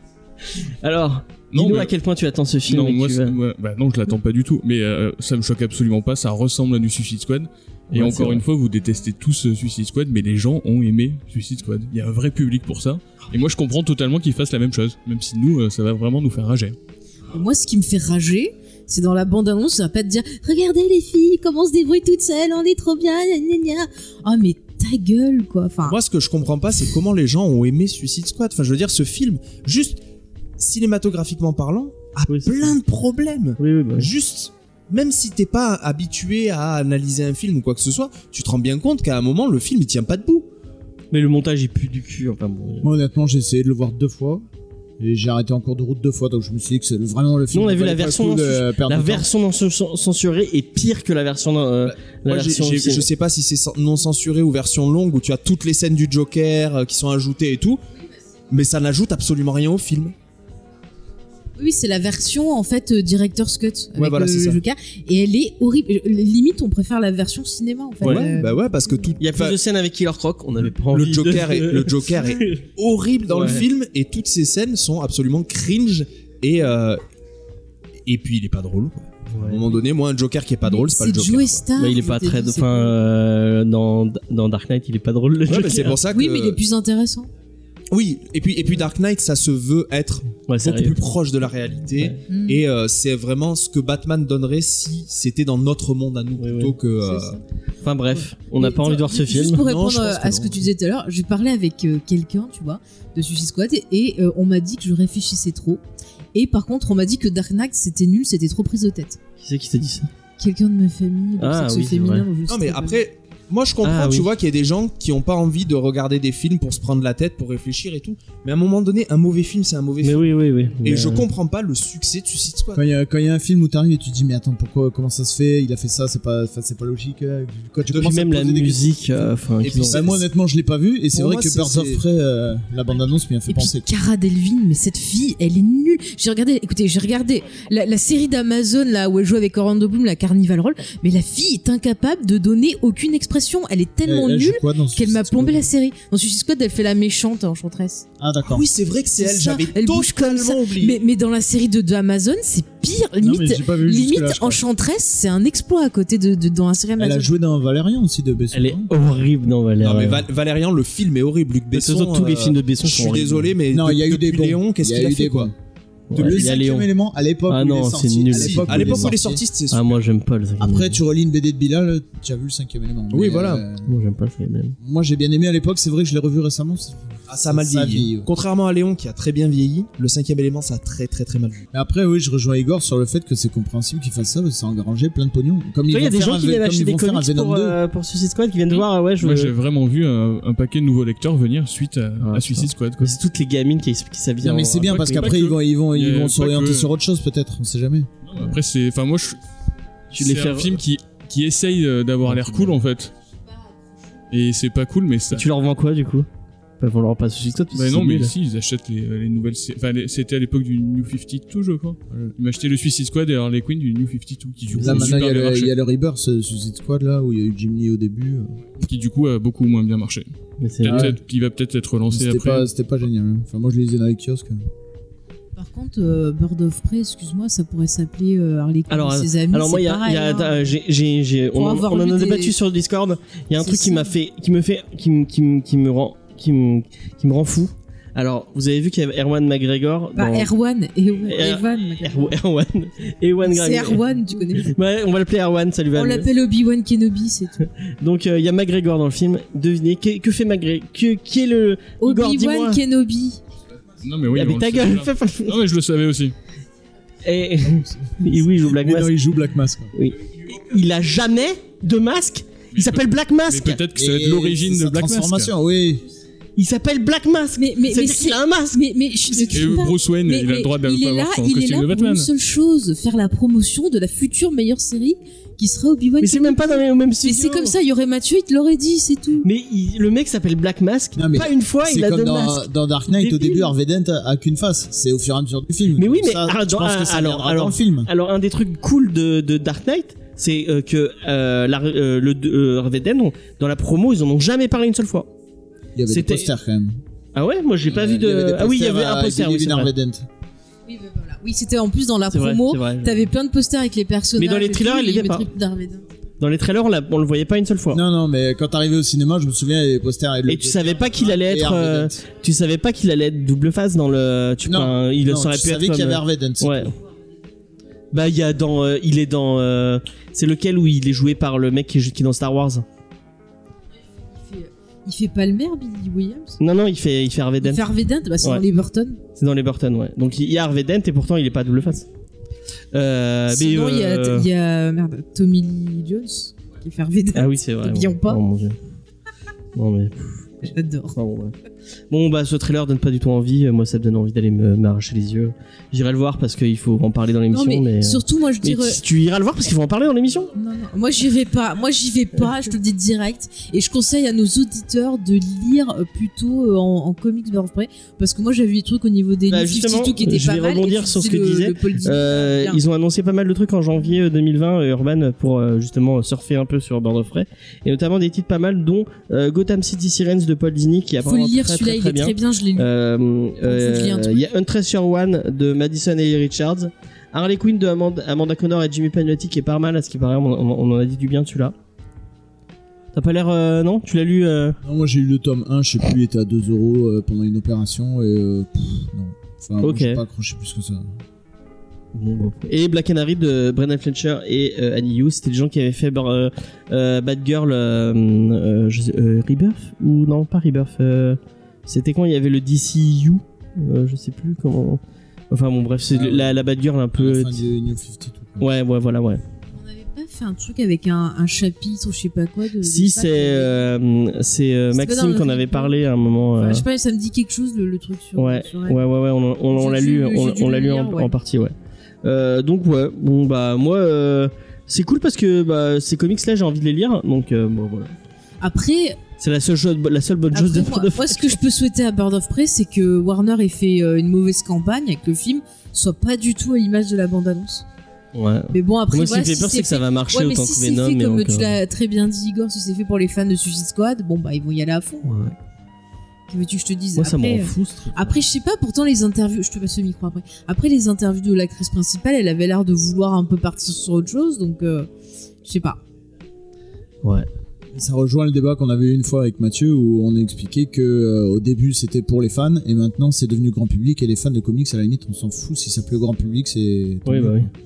Alors, Non, dis-nous mais- à quel point tu attends ce film. Non, et que moi, tu c'est- vas- ouais, bah non, je l'attends pas du tout. Mais euh, ça me choque absolument pas. Ça ressemble à du Suicide Squad. Et Ouais, c'est encore vrai. une fois, vous détestez tous euh, Suicide Squad, mais les gens ont aimé Suicide Squad. Il y a un vrai public pour ça. Et moi, je comprends totalement qu'ils fassent la même chose, même si nous, euh, ça va vraiment nous faire rager. Moi, ce qui me fait rager, c'est dans la bande-annonce, ça va pas te dire « Regardez les filles, comment on se débrouille toutes seules, on est trop bien, gna gna gna. » Ah, mais ta gueule, quoi. Enfin, Moi, ce que je comprends pas, c'est comment les gens ont aimé Suicide Squad. Enfin, je veux dire, ce film, juste cinématographiquement parlant, a Oui, c'est plein de problèmes. Oui, oui, bah, oui. Juste, même si t'es pas habitué à analyser un film ou quoi que ce soit, tu te rends bien compte qu'à un moment, le film, il tient pas debout. Mais le montage il pue du cul. Enfin bon. Moi, honnêtement, j'ai essayé de le voir deux fois. Et j'ai arrêté en cours de route deux fois, donc je me suis dit que c'est vraiment le film. Nous, on a qui vu la valait pas le version coup de non- perdre La du temps. version non cens- censurée est pire que la version. Euh, la Moi, j'ai- version j'ai- ciné. je sais pas si c'est cen- non censuré ou version longue où tu as toutes les scènes du Joker euh, qui sont ajoutées et tout, mais ça n'ajoute absolument rien au film. oui, c'est la version, en fait, euh, Director's Cut avec Ouais, voilà, le c'est ça. Joker. Et elle est horrible. Euh, Limite, on préfère la version cinéma, en fait. Ouais, Euh, bah ouais, parce que tout. Il y a plus enfin, de scènes avec Killer Croc. On avait pas envie. le Joker, de... est, le Joker est horrible dans le Ouais. film et toutes ces scènes sont absolument cringe et euh, et puis il est pas drôle. Quoi. À un moment donné, moi un Joker qui est pas drôle, c'est pas le Joker. Joe quoi. Star. Bah, il est je pas t'ai très. dit, c'est Enfin, pas- euh, dans dans Dark Knight, il est pas drôle. Le Ouais, Joker. mais c'est pour ça que. Oui, mais il est plus intéressant. Oui, et puis et puis Dark Knight, ça se veut être Ouais, beaucoup sérieux. plus proche de la réalité. Ouais. Mm. Et euh, c'est vraiment ce que Batman donnerait si c'était dans notre monde à nous Oui, plutôt oui. que. euh, C'est ça. Enfin bref, on n'a Mais pas envie de voir ce Juste film. pour Non, répondre je pense que à ce que non. tu disais tout à l'heure, j'ai parlé avec euh, quelqu'un, tu vois, de Suicide Squad, et, et, euh, on m'a dit que je réfléchissais trop. Et par contre, on m'a dit que Dark Knight c'était nul, c'était trop prise de tête. Qui c'est qui t'a dit ça? Quelqu'un de ma famille, de Ah, sexe oui, c'est féminin. vrai. ou je Non sais mais pas. après, moi je comprends, Ah, tu oui. vois, qu'il y a des gens qui ont pas envie de regarder des films pour se prendre la tête, pour réfléchir et tout. Mais à un moment donné, un mauvais film, c'est un mauvais Mais film. oui, oui, oui. Et Mais, je euh, comprends pas le succès de Suicide Squad. Quand il y a quand il y a un film où t'arrives et tu te dis mais attends pourquoi comment ça se fait, il a fait ça, c'est pas enfin, c'est pas logique. euh, Quand tu Puis commences à même te la poser des musique. questions. euh, Enfin, Et qu'ils puis ont- c'est- Bah, moi honnêtement je l'ai pas vu et c'est Pour vrai moi, que c'est- Birds of c'est- Prey euh, la bande annonce m'y a fait Et puis penser. Cara Delevingne, mais cette fille, elle est nulle. J'ai regardé, écoutez, j'ai regardé la, la série d'Amazon là où elle joue avec Orlando Bloom, la Carnival Roll, mais la fille est incapable de donner aucune expression. Elle est tellement Elle- elle joue nulle quoi dans qu'elle m'a Suicide plombé Squad la série. Dans Suicide Squad, elle fait la méchante enchanteresse. Ah d'accord. Oui, c'est vrai que c'est C'est elle, ça, j'avais elle bouge comme totalement ça. oublié. Mais, mais dans la série de, de Amazon, c'est pire. Non, mais Limite, j'ai pas vu jusque-là, limite je crois. enchanteresse, c'est un exploit à côté de, de dans la série Elle Amazon. a joué dans Valérian aussi de Besson. Elle est non horrible dans Valère. Non mais Val- Valérian, le film est horrible. Luc De toute Besson. façon, tous les euh, films de Besson Je sont suis horribles. désolé, mais Non, il y a eu depuis des bons. Léon, qu'est-ce Il y a qu'il a eu fait des quoi bons. Ouais, Le il y a cinquième Léon. élément à l'époque Ah où non, il est c'est sorti. nul. À l'époque À l'époque où il est sorti. sorti, c'était Ah, super. moi j'aime pas le cinquième Après, élément. tu relis une B D de Bilal, tu as vu le cinquième élément. Oui, Mais, voilà. euh, Moi j'aime pas le cinquième élément. moi, j'ai bien aimé à l'époque. C'est vrai que je l'ai revu récemment. c'est- Ah, ça a mal ça vieilli. vieillit, ouais. Contrairement à Léon qui a très bien vieilli, le cinquième élément ça a très très très mal vieilli. Mais après, oui, je rejoins Igor sur le fait que c'est compréhensible qu'ils fassent ça parce que ça a engrangé plein de pognon. Comme ils Il y a vont des faire gens un qui Ve- viennent comme acheter ils des vont faire un comics Venom pour, deux. euh, pour Suicide Squad, qui viennent de voir, ah ouais, je Moi, veux- j'ai vraiment vu un, un paquet de nouveaux lecteurs venir suite à, Ah, à Suicide putain. Squad. Quoi. C'est toutes les gamines qui, qui s'habillent. Non, mais en- c'est bien pas parce que- qu'après pas ils que. vont, ils vont, Il y ils a vont pas s'orienter que. sur autre chose peut-être, on sait jamais. Non, après, c'est, enfin, moi, je, Tu les c'est fais- un film qui, qui essaye euh, d'avoir l'air cool en fait. Et c'est pas cool, mais ça. Tu leur vends quoi du coup? Bah, on leur passe Suicide Squad. parce Bah que non, c'est mais nul. si, ils achètent les, les nouvelles. sé- Enfin, les- c'était à l'époque du New cinquante-deux, je crois. Ils m'achetaient le Suicide Squad et Harley Quinn du New cinquante-deux, qui du coup, Là ont maintenant il y, super a bien le, marché. il y a le Rebirth ce Suicide Squad là où il y a eu Jim Lee au début. Qui du coup a beaucoup moins bien marché. Mais c'est Peut-être, vrai. peut-être- il va peut-être être relancé C'était après. pas, c'était pas génial. hein. Enfin moi je les lisais dans les kiosques. Par contre, euh, Bird of Prey, excuse-moi, ça pourrait s'appeler euh, Harley Quinn Alors, et ses amis. Alors moi, il y c'est a, pareil, il y a- hein. euh, j'ai, j'ai, j'ai- Pour on, en- avoir on en lu a des- débattu sur le Discord. Il y a un C'est truc qui ça. m'a fait, qui me fait, qui me, qui me, qui me rend, qui me, qui me rend fou. Alors, vous avez vu qu'il y avait Erwan McGregor Bah, dans Erwan et Er- Evan. Er- Erwan, Ewan C'est McGregor. Erwan, tu connais. Ouais, on va l'appeler Erwan, ça lui va On mieux. l'appelle Obi-Wan Kenobi, c'est tout. Donc euh, il y a McGregor dans le film. Devinez que, que fait McGregor, que, qui est le Igor, dis-moi. Obi-Wan Kenobi. Non, mais oui, Avec on ta le gueule. savait, là. fais- Non, mais je le savais aussi. Et, et oui, il joue Black Mais non, Mask. il joue Black Mask. quoi. Oui. Il a jamais de masque. Il s'appelle Black Mais Mask. peut-être que ça va être Et l'origine c'est de sa Black Mask. transformation, oui. Il s'appelle Black Mask. Mais, mais, mais C'est-à-dire qu'il c'est- a un masque. Mais, mais je suis Et je sais pas. Bruce Wayne, Mais- il a mais le droit il est d'avoir là, son il est costume là de pour Batman. une seule chose, faire la promotion de la future meilleure série qui sera Obi-Wan Mais c'est Kenobi. même pas dans les mêmes Mais studios. c'est comme ça, il y aurait Mathieu, il te l'aurait dit, c'est tout. Mais il- le mec s'appelle Black Mask. Non, mais pas une fois, C'est il a comme deux dans, masques. dans Dark Knight au Débile. début, Harvey Dent a, a qu'une face. C'est au fur et à mesure du film. Mais oui, mais ça, ah, je dans- pense que ah, ça alors- viendra alors- dans le film. Alors un des trucs cool de, de Dark Knight, c'est euh, que euh, la, euh, le euh, Harvey Dent, dans la promo, ils en ont jamais parlé une seule fois. Il y avait des c'était- posters quand même. Ah ouais, moi j'ai pas Euh, vu il y avait de. des Ah oui, il y avait posters un avec poster. des Oui, c'est Living vrai. Harvey Dent. Oui, bah voilà. Oui, c'était en plus dans la C'est vrai, promo. c'est vrai. T'avais plein de posters avec les personnages. Mais dans les et trailers, tout, il et était ils pas. mettaient d'Harvey Dent. Dans les trailers, on, l'a- on le voyait pas une seule fois. Non, non, mais quand t'arrivais au cinéma, je me souviens, il y avait des posters avec le Et tu savais pas qu'il allait et être. Harvey euh, Dent. tu savais pas qu'il allait être double face dans le. Tu Non, enfin, il non, aurait tu pu être savais comme. qu'il y avait euh, Harvey Dent. c'est Ouais. tout. Bah il y a dans. euh, il est dans. euh, c'est lequel où il est joué par le mec qui est, qui est dans Star Wars. Il fait, il fait Palmer, Billy Williams. Non non, il fait il fait Harvey Il Dent. fait Harvey Dent, bah c'est Ouais. dans les Burton. C'est dans les Burton, ouais. Donc il y a Harvey Dent et pourtant il est pas double face. Euh, mais, Sinon, il y, euh, a, il y a merde, Tommy Lee Jones qui fait Harvey Dent. Ah oui, c'est vrai. N'oublions ouais. pas. Oh mon dieu. Non mais. J'adore. Ah, bon, ouais. Bon bah ce trailer donne pas du tout envie. Moi ça me donne envie d'aller me m'arracher les yeux. J'irai le voir parce qu'il faut en parler dans Non, l'émission. mais, mais surtout, moi je mais dirais. tu, tu iras le voir parce qu'il faut en parler dans l'émission. Non, non, moi j'y vais pas, moi j'y vais pas, je te le dis direct. Et je conseille à nos auditeurs de lire euh, plutôt euh, en, en comics Bird of Prey, parce que moi j'avais vu des trucs au niveau des Bah, New justement, cinquante-deux qui étaient je pas vais mal. rebondir et sur ce c'est que le- disait. le Paul Dini, Euh, bien. ils ont annoncé pas mal de trucs en janvier deux mille vingt, euh, Urban, pour euh, justement surfer un peu sur Bird of Prey, et notamment des titres pas mal, dont euh, Gotham City Sirens de Paul Dini qui a Faut le vraiment lire très, celui-là, très, il très est bien. très bien, je l'ai lu. Euh, euh, que je lis un truc. Il y a Untrace Your One de Madison et Richards, Harley Quinn de Amanda, Amanda Connor et Jimmy Palmiotti qui est pas mal, à ce qui paraît, on, on- on en a dit du bien de celui-là. T'as pas l'air, euh, non? Tu l'as lu? euh Non, moi j'ai eu le tome un, je sais plus, il était à deux euros euh, pendant une opération et euh, pff, non. Enfin, moi, Ok. j'ai pas accroché plus que ça. Bon, bon. Et Black Canary de Brendan Fletcher et euh, Annie Hughes, c'était des gens qui avaient fait euh, euh, Bad Girl, euh, euh, je sais- euh, Rebirth ou non, pas Rebirth. euh, c'était quand il y avait le D C U, euh, je sais plus comment. Enfin bon, bref, c'est Ah, ouais. la, la Bad Girl un À peu. la fin de New cinquante-deux. quoi. Ouais, ouais, voilà, ouais. On n'avait pas fait un truc avec un, un chapitre ou je sais pas quoi de. de Si ça, c'est qu'on avait- euh, c'est euh, C'était pas dans Maxime le qu'on avait film. parlé à un moment. Enfin, euh, je sais pas, ça me dit quelque chose le, le truc sur. Ouais, sur ouais, elle. ouais, ouais, on, on, on J'ai l'a dû- lu, on, j'ai dû on l'a le lu en, lire, ouais. en partie, ouais. Euh, donc ouais, bon bah moi euh, c'est cool parce que bah, ces comics là j'ai envie de les lire, donc euh, bon voilà. Après, C'est la seule chose, la seule bonne chose Après, de moi, de- moi, ce que je peux souhaiter à Bird of Prey, c'est que Warner ait fait euh, une mauvaise campagne et que le film soit pas du tout à l'image de la bande-annonce. Ouais. Mais bon, après, Moi, ce qui voilà, me fait si peur, c'est que ça fait- va marcher Ouais, mais autant si que c'est Venom. fait et comme encore- tu l'as très bien dit, Igor, si c'est fait pour les fans de Suicide Squad, bon bah ils vont y aller à fond. Ouais. Que veux-tu que je te dise? Moi, ça me Après, rend fou. ce truc. Après, je sais pas, pourtant les interviews, je te passe le micro après. Après les interviews de l'actrice principale, elle avait l'air de vouloir un peu partir sur autre chose, donc euh, je sais pas. Ouais. Et ça rejoint le débat qu'on avait eu une fois avec Mathieu où on a expliqué que euh, au début c'était pour les fans et maintenant c'est devenu grand public et les fans de comics à la limite on s'en fout si ça plaît au grand public c'est. tant Oui, mieux. bah oui.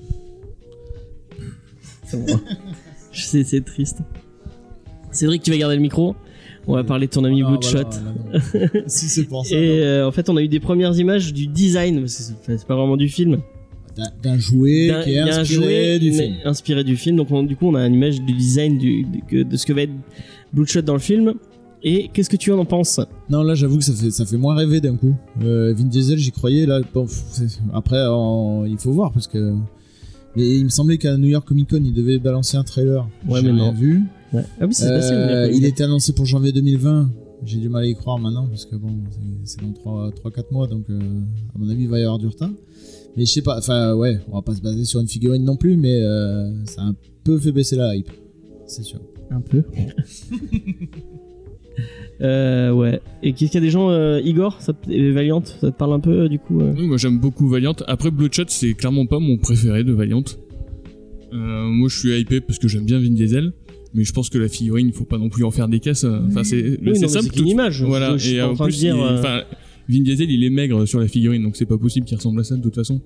C'est bon. Je sais, c'est triste. Cédric, tu vas garder le micro. On va parler de ton ami Ah, Bloodshot. voilà, voilà. Si c'est pour ça. Et euh, en fait, on a eu des premières images du design, parce que c'est, c'est pas vraiment du film. D'un, d'un jouet D'un- qui il est y a un inspiré jouet du mais film. inspiré du film. Donc on- du coup, on a une image du design du, de, de ce que va être Bloodshot dans le film. Et qu'est-ce que tu en penses? Non, là, j'avoue que ça fait, ça fait moins rêver d'un coup. Euh, Vin Diesel, j'y croyais. Là, bon, c'est- après, en- il faut voir parce que. Mais il me semblait qu'à New York Comic Con, il devait balancer un trailer. Ouais, J'ai mais rien non. vu. Ouais. Ah oui, c'est Euh, passé. mais- il était annoncé pour janvier deux mille vingt. J'ai du mal à y croire maintenant parce que bon, c'est, c'est dans trois quatre mois, donc euh, à mon avis, il va y avoir du retard. Mais je sais pas, enfin ouais, on va pas se baser sur une figurine non plus, mais euh, ça a un peu fait baisser la hype, c'est sûr. Un peu. euh, ouais. Et qu'est-ce qu'il y a des gens, euh, Igor, ça te, et Valiant, ça te parle un peu euh, du coup euh Oui, moi j'aime beaucoup Valiant. Après Bloodshot, c'est clairement pas mon préféré de Valiant. Euh, moi je suis hypé parce que j'aime bien Vin Diesel, mais je pense que la figurine, il faut pas non plus en faire des casses. Enfin, c'est, Oui, c'est non, mais simple. c'est qu'une tout- image. Voilà. Je, je suis Et pas en en train plus, de dire. il- euh, enfin, Vin Diesel, il est maigre sur la figurine, donc c'est pas possible qu'il ressemble à ça de toute façon.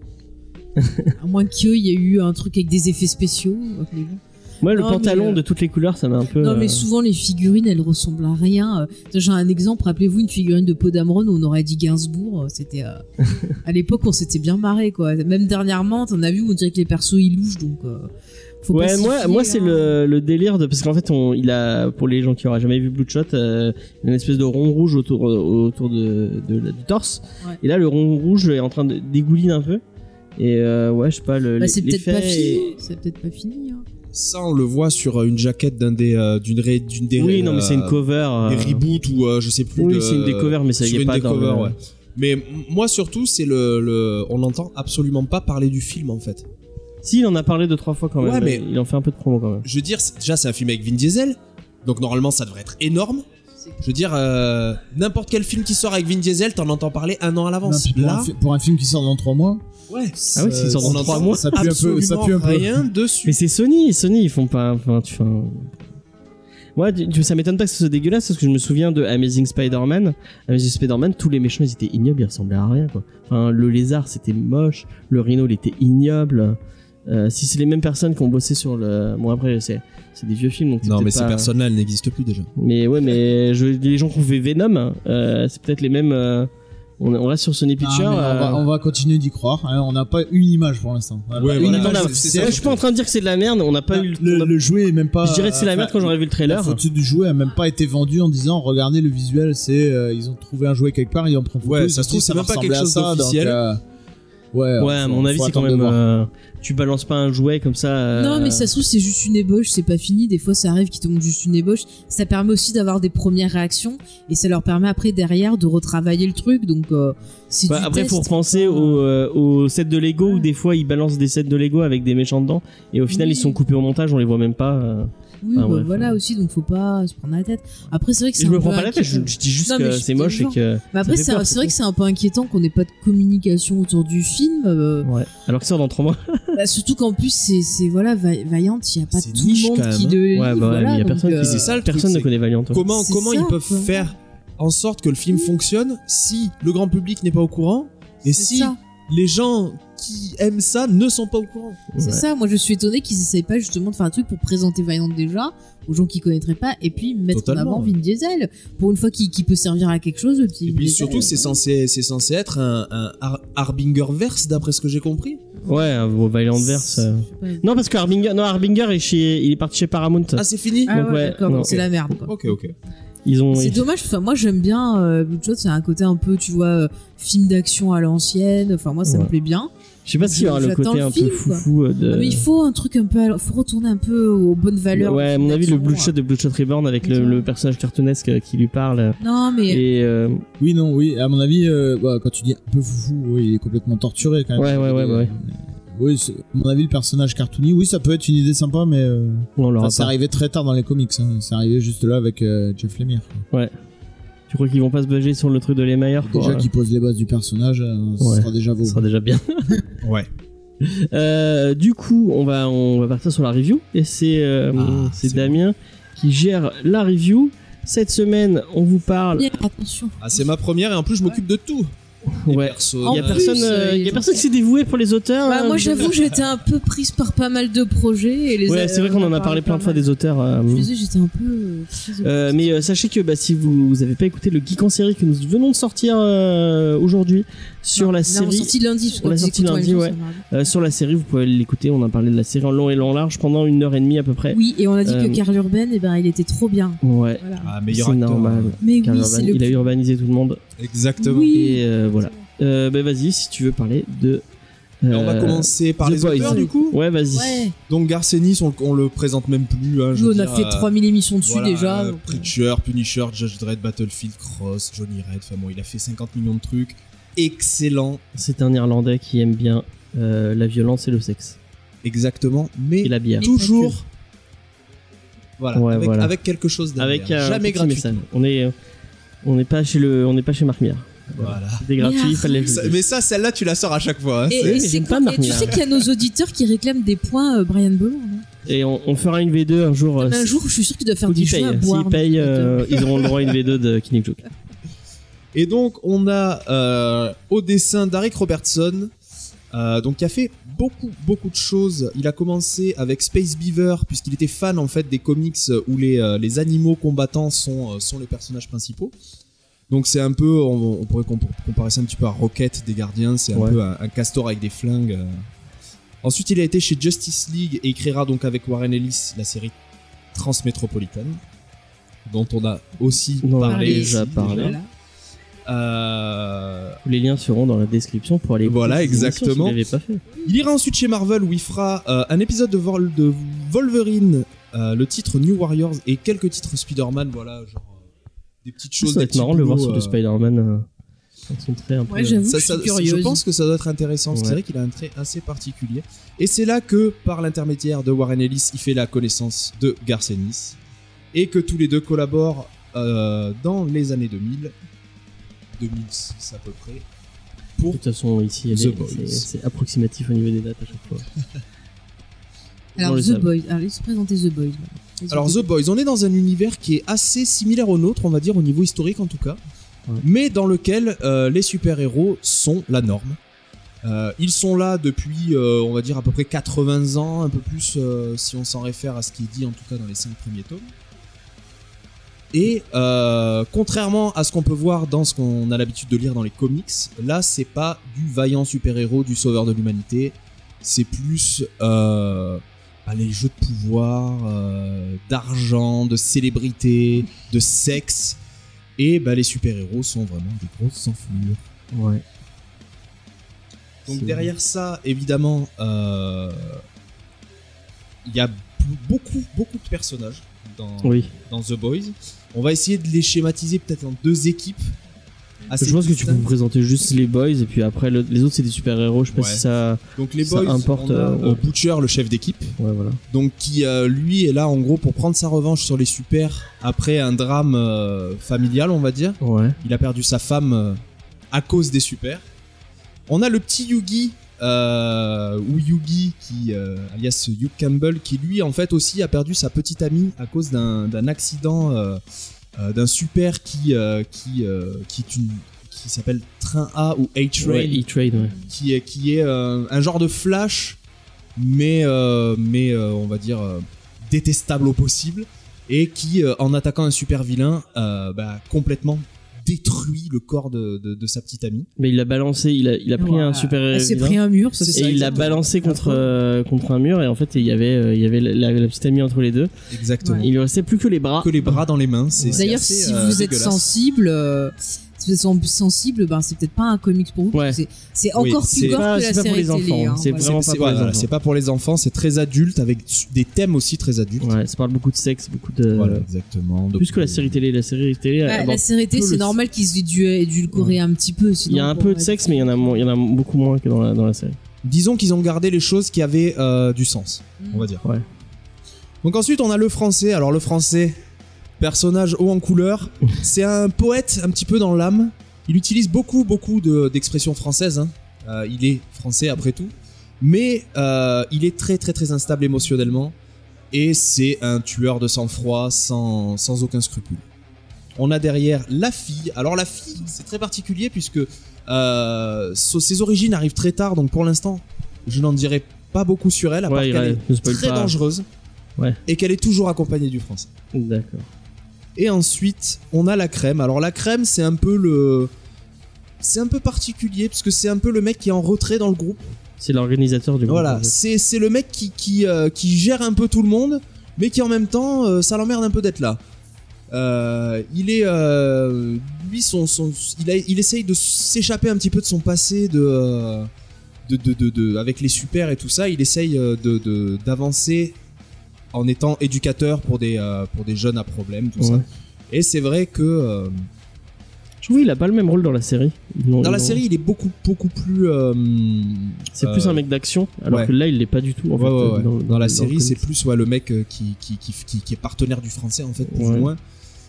À moins qu'il y ait eu un truc avec des effets spéciaux. Mais bon. Moi, le Non, pantalon mais, euh, de toutes les couleurs, ça m'a un peu. Non, mais euh, souvent les figurines elles ressemblent à rien. Euh, J'ai un exemple, rappelez-vous une figurine de Podamron où on aurait dit Gainsbourg. euh, C'était euh, à l'époque on s'était bien marré quoi. Même dernièrement, t'en as vu, on dirait que les persos ils louchent donc. Euh, faut Ouais, pas s'y moi, fier, moi c'est hein. le, le délire de parce qu'en fait, on, il a pour les gens qui auraient jamais vu Bloodshot, euh, une espèce de rond rouge autour autour de, de, de- du torse. Ouais. Et là, le rond rouge est en train de dégouliner un peu. Et euh, ouais, je sais pas le. Bah, c'est peut-être l'effet pas fini. est- C'est peut-être pas fini. Hein. Ça, on le voit sur une jaquette d'un des, euh, d'une, ré, d'une des. Oui, non, mais c'est une euh, cover. euh, Des reboots ou euh, je sais plus. Oui, de- c'est une des covers, mais ça y sur est une pas des dans covers, le- ouais. Mais m- moi surtout, c'est le, le, on n'entend absolument pas parler du film en fait. Si, il en a parlé deux trois fois quand même. Ouais, mais- Il en fait un peu de promo quand même. Je veux dire, c'est- déjà c'est un film avec Vin Diesel, donc normalement ça devrait être énorme. Je veux dire, euh, n'importe quel film qui sort avec Vin Diesel, t'en entends parler un an à Non, l'avance. puis pour, Là, un fi- pour un film qui sort dans trois mois, ouais. Ah oui, s'il sort dans on trois entend mois. ça pue un peu, ça absolument pue un peu. rien dessus. Mais c'est Sony, Sony ils font pas. Enfin, tu fais. un- Ouais, tu- tu- ça m'étonne pas que ce soit dégueulasse parce que je me souviens de Amazing Spider-Man. Amazing Spider-Man, tous les méchants ils étaient ignobles, ils ressemblaient à rien quoi. Enfin, le lézard c'était moche, le rhino il était ignoble. Euh, si c'est les mêmes personnes qui ont bossé sur le. Bon, après, c'est, c'est des vieux films donc c'est Non, peut-être mais ces pas- personnes-là, elles n'existent plus déjà. Mais ouais, mais je, les gens qui ont fait Venom, euh, c'est peut-être les mêmes. euh, on, on reste sur Sony Ah, mais Pictures. on, va, euh, on va continuer d'y croire. hein. On n'a pas une image pour l'instant. On a Ouais, pas voilà. une on image a- officielle. ouais, je suis pas en train de dire que c'est de la merde, on n'a pas eu le, on a- le jouet est même pas. Je dirais que c'est la merde enfin, quand j'aurais vu le La trailer. photo du jouet a même pas été vendue en disant regardez le visuel, c'est euh, ils ont trouvé un jouet quelque part, ils en prennent photo. Ouais, ils ça se se trouve, disent, c'est va même pas ressembler quelque à chose ça, donc, d'officiel. euh, ouais, Ouais, à faut- mon avis, faut c'est quand attendre de même. voir. euh, tu balances pas un jouet comme ça. euh, Non, mais ça se trouve, c'est juste une ébauche, c'est pas fini. Des fois, ça arrive qu'ils te montrent juste une ébauche. Ça permet aussi d'avoir des premières réactions et ça leur permet après, derrière, de retravailler le truc. Donc, euh, c'est Bah, du après, test, faut repenser pas- au, euh, au set de Lego où des fois ils balancent des sets de Lego avec des méchants dedans et au final Oui. ils sont coupés au montage, on les voit même pas. euh. Oui, Ah, bah, bref, voilà ouais. aussi, donc faut pas se prendre la tête. Après, c'est vrai que c'est Je un me peu prends pas la tête, je, inquiétant. je dis juste Non, mais que je c'est te moche et jure. que. Mais après, fait c'est peur, c'est vrai c'est que c'est un peu inquiétant qu'on n'ait pas de communication autour du film. euh, Ouais. Alors que ça sort dans trois mois. bah, surtout qu'en plus, c'est c'est- voilà, Va- Valiant, il n'y a pas C'est tout niche, le monde quand qui même, le lit. Ouais, bah ouais, voilà, mais il y a donc, personne qui. euh, C'est ça, le truc, Personne ne c'est- connaît Valiant. ouais. Comment, C'est comment ça, ils peuvent quoi. faire en sorte que le film fonctionne si le grand public n'est pas au courant et c'est si ça. les gens qui aiment ça ne sont pas au courant. C'est Ouais. ça, moi je suis étonné qu'ils essayent pas justement de faire un truc pour présenter Valiant déjà aux gens qui connaîtraient pas et puis mettre Totalement, en avant ouais. Vin Diesel pour une fois qu'il qu'il peut servir à quelque chose. Le petit Et puis Diesel, surtout, c'est voilà. censé, c'est censé être un, un Har- Harbinger verse d'après ce que j'ai compris. Ouais, un beau Valiant Verse. euh. Je sais pas. Non, parce que Harbinger, non, Harbinger est chez, il est parti chez Paramount. Ah, c'est fini. Ah donc, ouais, ouais, d'accord, non. donc c'est la merde quoi. Ok, ok. Ils ont. C'est ils- dommage, enfin moi j'aime bien euh, Bloodshot, c'est un côté un peu, tu vois, euh, film d'action à l'ancienne, enfin moi ça Ouais. me plaît bien. Je sais pas s'il y aura le J'attends côté le un film, peu quoi. foufou euh, de. Ah, mais il faut un truc un peu, à- faut retourner un peu aux bonnes valeurs. Ouais, à du mon film avis, le d'action, Bloodshot de Bloodshot Reborn avec le, Exactement. le personnage cartoonesque euh, qui lui parle. euh, Non mais Et. euh, Oui, non, oui. À mon avis, euh, bah, quand tu dis un peu foufou, oui, il est complètement torturé quand même. Ouais, ouais, ouais, Euh, ouais. Oui, c'est- à mon avis, le personnage cartoony, oui, ça peut être une idée sympa, mais euh, on l'aura enfin, c'est pas. arrivé très tard dans les comics. Hein. C'est arrivé juste là avec euh, Jeff Lemire. quoi. Tu crois qu'ils vont pas se budger sur le truc de les meilleurs pour. Déjà euh, qui pose les bases du personnage, euh, ce Ouais. sera déjà beau. Ça sera déjà bien. Ouais. Euh, du coup, on va on va partir sur la review et c'est euh, Ah, c'est c'est Damien qui gère la review. Cette semaine, on vous parle. bien, attention. Ah, c'est ma première et en plus, je m'occupe de tout. les Ouais. personnages. Il y a En plus, personne, euh, euh, il y a personne qui s'est dévoué pour les auteurs. Bah, hein, moi, vous- j'avoue, j'étais un peu prise par pas mal de projets. Et les Ouais, c'est vrai qu'on en a parlé plein de fois des auteurs. euh, Je disais, j'étais un peu. euh, prise au- Euh, mais euh, sachez que bah, si vous vous avez pas écouté le Geek en série que nous venons de sortir euh, aujourd'hui sur Non, la on série, sorti lundi. parce que on l'a quand sorti tu écoutes en lundi, même temps, ouais. ça marche. euh, sur la série, vous pouvez aller l'écouter. On a parlé de la série en long et en large pendant une heure et demie à peu près. Oui, et on a dit Euh, que Karl Urban, eh ben, il était trop bien. Ouais, Voilà. Ah, c'est meilleur acteur. normal. Mais Karl oui, Urban, c'est le. il a urbanisé tout le monde. Exactement. Oui. Et euh, voilà. Euh, bah vas-y, si tu veux parler de. Et on va euh, commencer par The les Boys. auteurs du coup. Ouais, vas-y. Ouais. Donc Garcenis, on, on le présente même plus. Hein, je Nous, veux on a dire, fait euh, trois mille émissions dessus voilà, déjà. euh, donc, euh, Preacher, Punisher, Judge Dredd, Battlefield, Cross, Johnny Red. Enfin bon, il a fait cinquante millions de trucs. Excellent. C'est un Irlandais qui aime bien euh, la violence et le sexe Exactement. Mais et la bière. toujours. Voilà, Ouais, avec, voilà. avec quelque chose derrière. Avec un Jamais petit gratuit. message. On est, euh, on n'est pas chez le, on n'est pas chez Marc Millar. Voilà. C'était gratuit, il fallait le Ça- dire. mais ça, celle-là, tu la sors à chaque fois. hein, Et, c'est- et mais c'est j'aime quoi- pas Marc et tu Millar. sais qu'il y a nos auditeurs qui réclament des points euh, Brian Belon. non Et on, on fera une V deux un jour. euh, Mais un jour, je suis sûr qu'il doit faire faut des qu'ils jeux à payent. boire. S'ils payent, notre euh, auteur. ils auront le droit à une V deux de Killing Joke. Et donc, on a euh, au dessin d'Aric Robertson, euh, donc qui a fait beaucoup, beaucoup de choses. Il a commencé avec Space Beaver, puisqu'il était fan en fait des comics où les, euh, les animaux combattants sont, euh, sont les personnages principaux. Donc c'est un peu, on, on pourrait comp- comparer ça un petit peu à Rocket des Gardiens, c'est un Ouais. peu un, un castor avec des flingues. euh. Ensuite, il a été chez Justice League et il créera donc avec Warren Ellis la série Transmétropolitane, dont on a aussi On en a parlé. déjà ici, parlé. Voilà. Euh, Les liens seront dans la description pour aller. Voilà, écouter ces émissions si exactement. vous l'avez pas fait. Il ira ensuite chez Marvel où il fera euh, un épisode de, Vol- de Wolverine, euh, le titre New Warriors et quelques titres Spider-Man, voilà, genre euh, des petites choses. Ça va des être petits marrant de le voir boulots, sur du euh, Spider-Man. euh, Ils sont très un peu. Ouais, j'avoue. ça- je suis ça- curieuse. je pense que ça doit être intéressant, parce que Ouais. c'est vrai qu'il a un trait assez particulier. Et c'est là que, par l'intermédiaire de Warren Ellis, il fait la connaissance de Garth Ennis et que tous les deux collaborent euh, dans les années deux mille, deux mille six à peu près, De pour toute façon, ici, elle The est- Boys. c'est- c'est approximatif au niveau des dates à chaque fois. Alors, On le The savait. Boys. Alors, laisse présenter The Boys. voilà. Alors The Boys, on est dans un univers qui est assez similaire au nôtre, on va dire au niveau historique en tout cas, Ouais. mais dans lequel euh, les super-héros sont la norme. Euh, ils sont là depuis, euh, on va dire à peu près quatre-vingts ans, un peu plus euh, si on s'en réfère à ce qui est dit en tout cas dans les cinq premiers tomes. Et euh, contrairement à ce qu'on peut voir dans ce qu'on a l'habitude de lire dans les comics, là c'est pas du vaillant super-héros, du sauveur de l'humanité, c'est plus euh, bah, les jeux de pouvoir, euh, d'argent, de célébrité, de sexe, et bah, les super-héros sont vraiment des grosses enflures. Ouais. Donc C'est- derrière ça, évidemment, euh, il y a b- beaucoup, beaucoup de personnages dans, Oui. dans The Boys. On va essayer de les schématiser peut-être en deux équipes. assez Je pense que tu peux distinctes. vous présenter juste les boys et puis après le- les autres c'est des super héros. Je sais pas Ouais. si ça. Donc les ça Boys, importe, on a euh, euh, Butcher, le chef d'équipe, Ouais, voilà. donc qui euh, lui est là en gros pour prendre sa revanche sur les super après un drame euh, familial, on va dire. Ouais. Il a perdu sa femme euh, à cause des super. On a le petit Yugi, euh, ou Yugi, qui, euh, alias Hugh Campbell, qui lui en fait aussi a perdu sa petite amie à cause d'un d'un accident euh, euh, d'un super qui, euh, qui, euh, qui, est une- qui s'appelle Train A ou A-Train, Ouais, E-Trade, ouais. qui est, qui est euh, un genre de Flash, mais, euh, mais euh, on va dire euh, détestable au possible, et qui, euh, en attaquant un super vilain, euh, bah, complètement détruit le corps de, de, de sa petite amie. Mais il l'a balancé, il a, il a pris un Voilà. super Elle s'est vilain, pris un mur, ça C'est c'est et ça, il l'a exactement. balancé contre, euh, contre un mur et en fait il y avait, euh, il y avait la, la petite amie entre les deux. Exactement. Il lui restait plus que les bras. Que les bras dans les mains. C'est, c'est D'ailleurs, assez, si euh, vous êtes dégueulasse. sensible, euh, si vous êtes sensible, ben c'est peut-être pas un comics pour vous. Ouais. parce que C'est, c'est Oui, encore c'est plus gore pas- que c'est la pas pour série les enfants, télé. hein, c'est voilà. vraiment C'est, pas c'est- pour les voilà, enfants. c'est pas pour les enfants, c'est très adulte avec des thèmes aussi très adultes. Ouais, ça parle beaucoup de sexe, beaucoup de. Voilà, exactement. Plus que la série télé. La série télé. Bah, aborde la série télé, peu c'est le- normal qu'ils aient dû édulcorer un petit peu. Il y a un peu de sexe, mais il y en a, mo- il y en a beaucoup moins que dans la, dans la série. Disons qu'ils ont gardé les choses qui avaient euh, du sens, on va dire. Ouais. Donc ensuite, on a le français. Alors le français, personnage haut en couleur, c'est un poète un petit peu dans l'âme. Il utilise beaucoup, beaucoup de- d'expressions françaises. hein. Euh, il est français après tout. Mais euh, il est très, très, très instable émotionnellement. Et c'est un tueur de sang-froid sans, sans aucun scrupule. On a derrière la fille. Alors la fille, c'est très particulier puisque euh, so- ses origines arrivent très tard, donc pour l'instant, je n'en dirai pas beaucoup sur elle, à part Ouais, qu'elle ouais, ne est spoil très pas. dangereuse Ouais. et qu'elle est toujours accompagnée du français. D'accord. Et ensuite, on a la crème. Alors la crème, c'est un peu le... C'est un peu particulier puisque c'est un peu le mec qui est en retrait dans le groupe. C'est l'organisateur du groupe. Voilà, en fait. c'est, c'est le mec qui, qui, euh, qui gère un peu tout le monde, mais qui en même temps, euh, ça l'emmerde un peu d'être là. Euh, il est... Euh, lui, son, son, il, a, il essaye de s'échapper un petit peu de son passé de... Euh, de, de, de, de, avec les super et tout ça. Il essaye euh, de, de, d'avancer en étant éducateur pour des, euh, pour des jeunes à problème, tout Ouais. ça. Et c'est vrai que... Euh, Je trouve qu'il a pas le même rôle dans la série. Ils l'ont- dans la ils l'ont- série, il est beaucoup, beaucoup plus... Euh, c'est plus euh, un mec d'action, alors ouais. que là, il l'est pas du tout. En Ouais, fait, ouais, ouais. Dans, Dans la le série, c'est comics. plus ouais, le mec euh, qui, qui, qui, qui, qui est partenaire du français, en fait, plus Ouais. ou moins.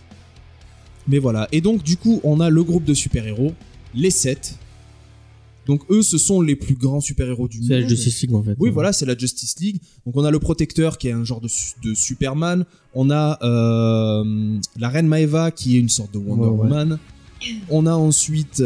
Mais voilà. Et donc, du coup, on a le groupe de super-héros, les sept. Donc, eux, ce sont les plus grands super-héros du monde. C'est la Justice League en fait. Oui, voilà, c'est la Justice League. Donc, on a le Protecteur, qui est un genre de, su- de Superman. On a euh, la Reine Maeva, qui est une sorte de Wonder Ouais, ouais. Woman. On a ensuite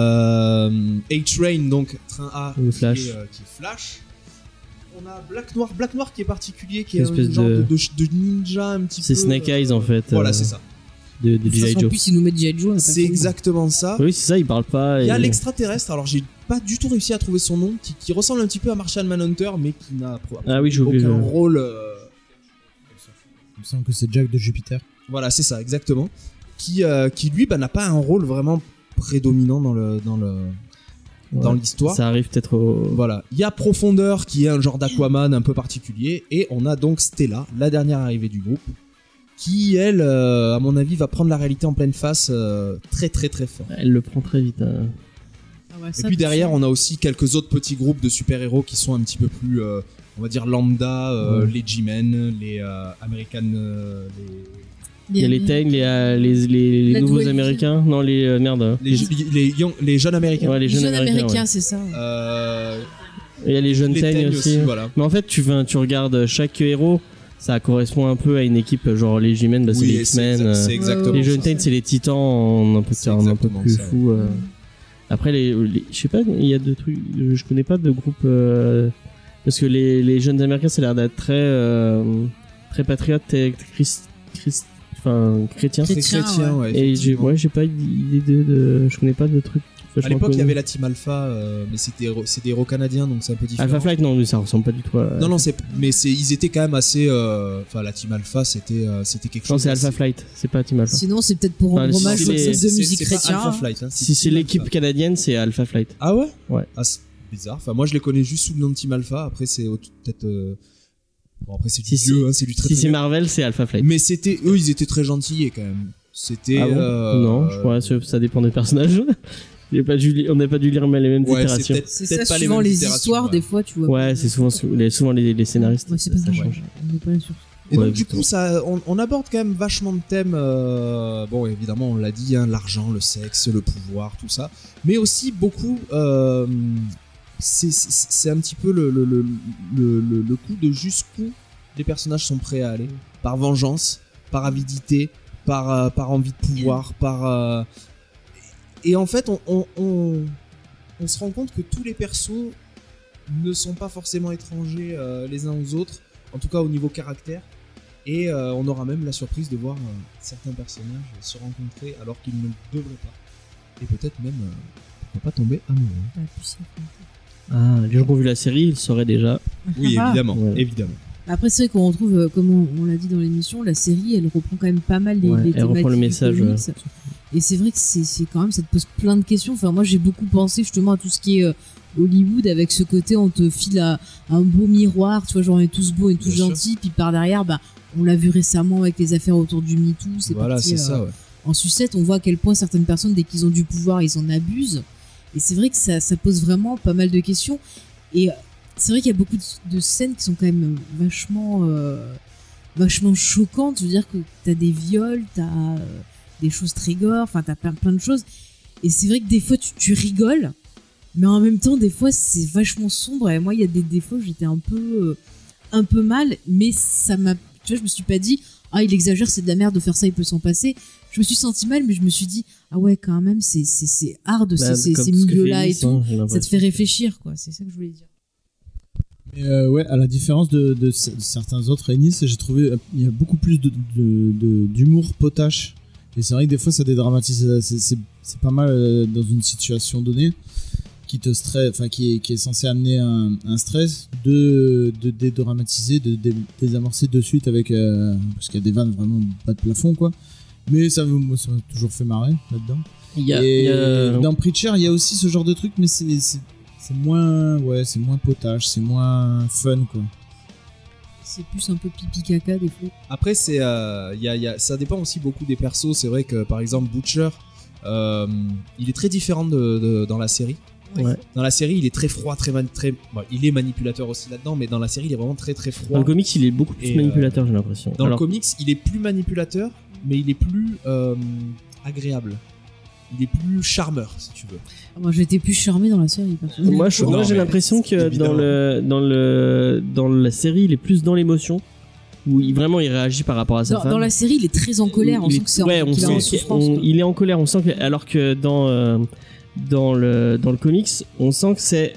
euh, A-Train, donc Train A, Le qui, Flash. Est, euh, qui est Flash. On a Black Noir, Black Noir qui est particulier, qui Une est un espèce genre de... de- De, de ninja un petit C'est peu. Snake euh, Eyes en fait. Voilà, euh, c'est ça. De, de De toute G I. façon, en Joe. plus, ils nous mettent G I. Joe. on a pas C'est fait. exactement ça. Oui, c'est ça, il parle pas. Il y a et- l'extraterrestre, alors j'ai pas du tout réussi à trouver son nom, qui, qui ressemble un petit peu à Martian Manhunter, mais qui n'a pro- Ah oui, j'ai oublié aucun le- rôle. euh, Il me semble que c'est Jack de Jupiter. Voilà, c'est ça, exactement. Qui, euh, qui lui, bah, n'a pas un rôle vraiment prédominant dans le dans le Ouais. dans l'histoire. Ça arrive peut-être au. Voilà, il y a Profondeur qui est un genre d'Aquaman un peu particulier, et on a donc Stella, la dernière arrivée du groupe, qui elle, euh, à mon avis, va prendre la réalité en pleine face euh, très très très fort. Elle le prend très vite. hein. Ah ouais, Et ça, puis plus derrière, ça. on a aussi quelques autres petits groupes de super-héros qui sont un petit peu plus, euh, on va dire lambda, euh, Ouais. les G-Men, les euh, American, euh, Il y a les Tang, les, euh, les, les, les La nouveaux Dual américains. Non, les. euh, merde. les, les, les, young- les jeunes américains. Ouais, les Les jeunes jeunes américains. américains, ouais. c'est ça. Euh, Et il y a les jeunes les Tang Tang aussi. aussi, voilà. Mais en fait, tu, vas- tu regardes chaque héros, ça correspond un peu à une équipe, genre les G-Men, bah, c'est Oui, les c'est X-Men. exa- euh, c'est exactement Les ça. jeunes Tang, c'est les titans en un peu, C'est en un peu exactement plus ça. fou. euh. Après, les, les- je sais pas, il y a deux trucs. Je connais pas de groupe. euh, Parce que les, les jeunes américains, ça a l'air d'être très, euh, très patriote et christ, christ, enfin, chrétien. Très Chrétien, chrétien, ouais. Et j'ai, effectivement. ouais, j'ai pas idée de, de, je connais pas de trucs. À vachement l'époque, il y connus. avait la Team Alpha, euh, mais c'était héros- c'est des héros canadiens, donc c'est un peu différent. Alpha Flight, non, mais ça ressemble pas du tout à. Non, non, c'est, mais c'est, ils étaient quand même assez. euh, Enfin, la Team Alpha, c'était, euh, c'était quelque Non, chose. c'est Alpha d'assez- Flight, c'est pas Team Alpha. Sinon, c'est peut-être pour rendre Enfin, si hommage c'est aux les- groupes de c'est- musique c'est pas chrétien. Alpha Flight, hein, Si c'est Team l'équipe Alpha. canadienne, c'est Alpha Flight. Ah ouais Ouais. Ah, c'est bizarre. Enfin, moi, je les connais juste sous le nom de Team Alpha. Après, c'est au- peut-être. euh, Bon, après, c'est du Si vieux, hein, c'est du très Si très c'est vieux. Marvel, c'est Alpha Flight. Mais c'était. Eux, ils étaient très gentils quand même. C'était. Ah bon euh, Non, je crois que ça dépend des personnages. J'ai pas dû li- on n'a pas dû lire les mêmes Ouais, c'est itérations. peut-être, C'est peut-être ça, pas suivant les, mêmes les itérations, histoires, ouais. des fois, tu vois. Ouais, c'est souvent, les, souvent les, les scénaristes. Ouais, c'est pas ça ça, change. on n'est pas là sur. Et Ouais, donc, du exactement. coup, ça, on, on aborde quand même vachement de thèmes. euh, bon, évidemment, on l'a dit, hein, l'argent, le sexe, le pouvoir, tout ça. Mais aussi beaucoup. euh, c'est, c'est, c'est un petit peu le, le, le, le, le, le coup de jusqu'où les personnages sont prêts à aller. Par vengeance, par avidité, par, euh, par envie de pouvoir, par. euh, Et en fait, on, on, on, on se rend compte que tous les persos ne sont pas forcément étrangers euh, les uns aux autres, en tout cas au niveau caractère. Et euh, on aura même la surprise de voir euh, certains personnages se rencontrer alors qu'ils ne le devraient pas. Et peut-être même, euh, pourquoi pas tomber amoureux. Ah, puis c'est- Ah, les gens qui ont vu la série, ils sauraient déjà. Oui, Ah. évidemment, Ouais. évidemment. Après, c'est vrai qu'on retrouve, euh, comme on, on l'a dit dans l'émission, la série, elle reprend quand même pas mal les, Ouais, les elle thématiques reprend le du message, comics. Et c'est vrai que c'est, c'est quand même, ça te pose plein de questions. Enfin, moi, j'ai beaucoup pensé justement à tout ce qui est euh, Hollywood, avec ce côté, on te file à, un beau miroir, tu vois, genre on est tous beaux et tous Bien sûr. gentils, puis par derrière, bah, on l'a vu récemment avec les affaires autour du MeToo, c'est Voilà, parti, c'est euh, ça, ouais. en sucette, on voit à quel point certaines personnes, dès qu'ils ont du pouvoir, ils en abusent. Et c'est vrai que ça, ça pose vraiment pas mal de questions. Et euh, c'est vrai qu'il y a beaucoup de, de scènes qui sont quand même vachement, euh, vachement choquantes. Je veux dire que t'as des viols, t'as euh, des choses très gore, enfin t'as plein, plein de choses. Et c'est vrai que des fois tu, tu rigoles, mais en même temps des fois c'est vachement sombre. Et moi il y a des, des fois où j'étais un peu, euh, un peu mal, mais ça m'a, tu vois, je me suis pas dit ah il exagère, c'est de la merde de faire ça, il peut s'en passer. Je me suis senti mal, mais je me suis dit ah ouais quand même c'est c'est c'est hard Bah, ces, comme ces ce que milieux fait là et Nice, tout. hein, j'ai Ça te l'impression. fait réfléchir quoi. C'est ça que je voulais dire. Mais euh, ouais, à la différence de, de, c- de certains autres Ennis, j'ai trouvé euh, il y a beaucoup plus de, de, de- d'humour potache. Et c'est vrai que des fois ça dédramatise. C'est, c'est, c'est pas mal euh, dans une situation donnée qui te stresse, enfin qui est, qui est censé amener un, un stress, de, de dédramatiser, de, dé- désamorcer de suite avec euh, parce qu'il y a des vannes vraiment bas de plafond quoi. Mais ça m'a ça m'a toujours fait marrer là-dedans. Il y a, Et il y a- dans Preacher, il y a aussi ce genre de truc, mais c'est, c'est, c'est moins, ouais, c'est moins potage, c'est moins fun, quoi. C'est plus un peu pipi caca des fois. Après, c'est, euh, y a, y a, ça dépend aussi beaucoup des persos. C'est vrai que par exemple, Butcher, euh, il est très différent de, de- dans la série. Ouais. Dans la série, il est très froid, très, mani- très bon, il est manipulateur aussi là-dedans, mais dans la série, il est vraiment très très Dans froid. le comics, il est beaucoup plus Et, manipulateur, j'ai l'impression. Dans Alors, le comics, il est plus manipulateur, mais il est plus euh, agréable. Il est plus charmeur, si tu veux. Ah, moi j'étais plus charmée dans la série. personnellement. moi, je- Non, moi, j'ai mais l'impression que évidemment. dans le, dans le, dans la série, il est plus dans l'émotion, où il, vraiment il réagit par rapport à sa Dans, femme. dans la série, il est très en colère. On Il sent est- que c'est ouais, en, on qu'il est sent en qu'il- souffrance. on- quoi. il est en colère. On sent que, alors que dans euh, dans le dans le comics, on sent que c'est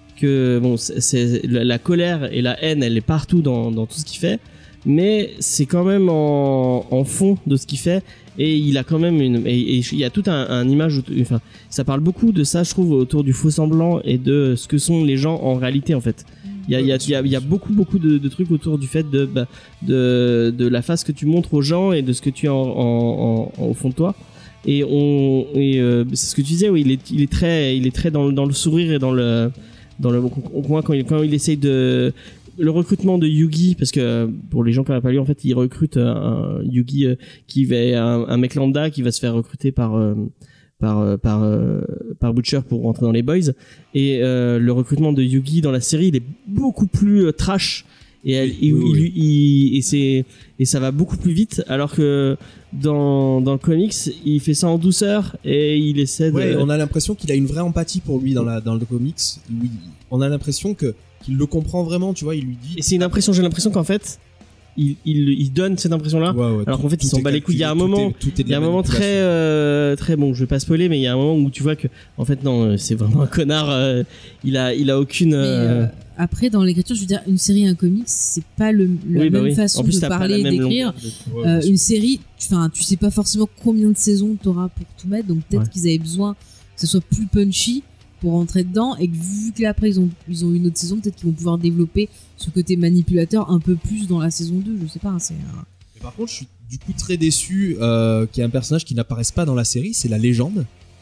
que bon, c'est, c'est la, la colère et la haine, elle est partout dans dans tout ce qu'il fait, mais c'est quand même en, en fond de ce qu'il fait. Et il a quand même une, et, et il y a tout un, un image, enfin, ça parle beaucoup de ça, je trouve, autour du faux semblant et de ce que sont les gens en réalité, en fait. Il y a, il y a, il y a, il y a beaucoup, beaucoup de, de trucs autour du fait de, bah, de, de la face que tu montres aux gens et de ce que tu as en, en, en- au fond de toi. Et on, et euh, c'est ce que tu disais, oui, il est, il est très, il est très dans, le- dans le sourire et dans le, dans le, au moins quand il, quand il essaye de, le recrutement de Yugi, parce que pour les gens qui n'ont pas lu, en fait, il recrute un Yugi euh, qui va un, un mec lambda qui va se faire recruter par euh, par euh, par euh, par Butcher pour rentrer dans les Boys. Et euh, le recrutement de Yugi dans la série, il est beaucoup plus euh, trash. Et, elle, Oui, il, oui, il- oui. il- et c'est et ça va beaucoup plus vite, alors que dans dans le comics, il fait ça en douceur et il essaie de. Ouais, on a l'impression qu'il a une vraie empathie pour lui dans la dans le comics. Oui, on a l'impression que qu'il le comprend vraiment, tu vois. Il lui dit. Et c'est une impression, j'ai l'impression qu'en fait, il, il, il donne cette impression-là. Ouais, ouais, alors tout- qu'en fait, il tout s'en est bat les couilles. Il y a un calculé, moment, tout est- tout est de il y a un la moment très, manipulation. euh, très bon. Je vais pas spoiler, mais il y a un moment où tu vois que, en fait, non, euh, c'est vraiment un connard. euh, il a, il a aucune. Mais, euh, euh, après, dans l'écriture, je veux dire, une série et un comics, c'est pas le, la oui, bah même oui. façon En plus, de t'as pas parler la et même d'écrire. longueur de- Ouais, Euh, bien sûr. une série, enfin, tu sais pas forcément combien de saisons t'auras pour tout mettre, donc peut-être Ouais. qu'ils avaient besoin que ce soit plus punchy pour rentrer dedans, et que vu que là après ils ont, ils ont une autre saison, peut-être qu'ils vont pouvoir développer ce côté manipulateur un peu plus dans la saison deux, je sais pas. hein, c'est, euh, Mais par contre, je suis du coup très déçu euh, qu'il y ait un personnage qui n'apparaisse pas dans la série, c'est la légende.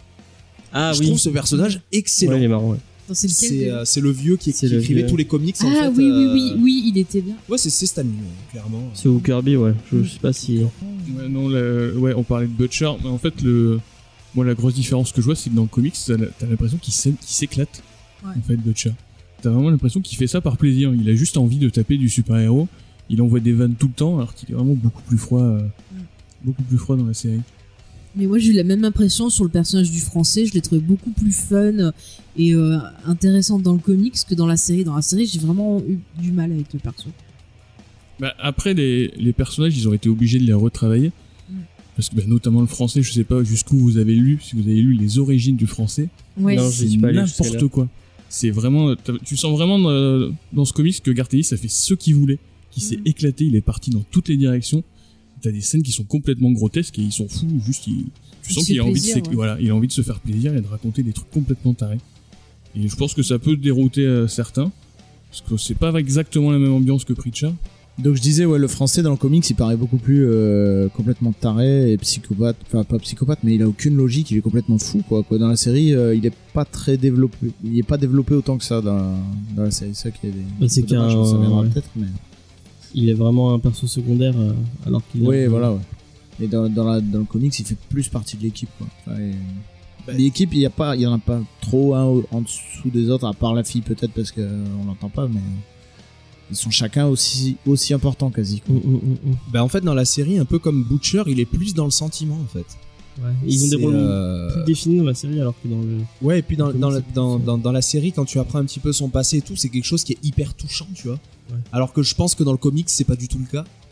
Ah je oui. trouve ce personnage excellent. Ouais, il est marrant. Ouais. Attends, c'est lequel c'est, déjà euh, c'est le vieux qui, C'est qui le écrivait vieux. tous les comics en Ah fait. oui, oui, euh, oui, oui, il était bien. Ouais, c'est, c'est Stan Lee, euh, clairement. C'est au Kirby, ouais. Je, je sais pas si. Ouais, non, la- ouais, on parlait de Butcher, mais en fait, le, moi, la grosse différence que je vois, c'est que dans le comics, t'as la- t'as l'impression qu'il s'é- qu'il s'éclate, Ouais. en fait, Butcher. T'as vraiment l'impression qu'il fait ça par plaisir. Il a juste envie de taper du super-héros. Il envoie des vannes tout le temps, alors qu'il est vraiment beaucoup plus froid, euh, beaucoup plus froid dans la série. Mais moi j'ai eu la même impression sur le personnage du français, je l'ai trouvé beaucoup plus fun et euh, intéressant dans le comics que dans la série. Dans la série, j'ai vraiment eu du mal avec le perso. Bah, après, les, les personnages, ils ont été obligés de les retravailler. Mm. Parce que, bah, notamment le français, je sais pas jusqu'où vous avez lu, si vous avez lu les origines du français. Ouais, Non, C'est j'y suis pas allé jusque-là. n'importe quoi. C'est vraiment, t'as- tu sens vraiment dans, dans ce comics que Garth Ennis a fait ce qu'il voulait, qu'il s'est Mm. éclaté, il est parti dans toutes les directions. T'as des scènes qui sont complètement grotesques et ils sont fous, juste, il- tu Il sens se qu'il fait a envie de, plaisir, s'éc- ouais. voilà, il a envie de se faire plaisir et de raconter des trucs complètement tarés. Et je pense que ça peut dérouter euh, certains, parce que c'est pas exactement la même ambiance que Preacher. Donc je disais, ouais, le français dans le comics, il paraît beaucoup plus euh, complètement taré et psychopathe. Enfin, pas psychopathe, mais il a aucune logique, il est complètement fou, quoi. quoi. Dans la série, euh, il est pas très développé. Il est pas développé autant que ça dans, dans la série. C'est ça qui est. Bah, c'est un peu dommage, qu'un- ça viendra ouais. peut-être, mais. Il est vraiment un perso secondaire, euh, alors qu'il est. Oui, voilà, ouais. Mais dans, dans, la, dans le comics, il fait plus partie de l'équipe, quoi. Enfin, et- Bah, L'équipe, il y a pas, il y en a pas trop un au- en dessous des autres, à part la fille peut-être parce qu'on l'entend pas, mais ils sont chacun aussi aussi importants quasi. Quoi. Mm, mm, mm, mm. Bah, en fait, dans la série, un peu comme Butcher, il est plus dans le sentiment en fait. Ouais. Ils ont des C'est, rôles euh, plus définis dans la série, alors que dans le. Ouais, et puis dans, Comme dans, c'est la, plus, dans, euh, dans, dans la série, quand tu apprends un petit peu son passé et tout, c'est quelque chose qui est hyper touchant, tu vois. Ouais. Alors que je pense que dans le comics, c'est pas du tout le cas.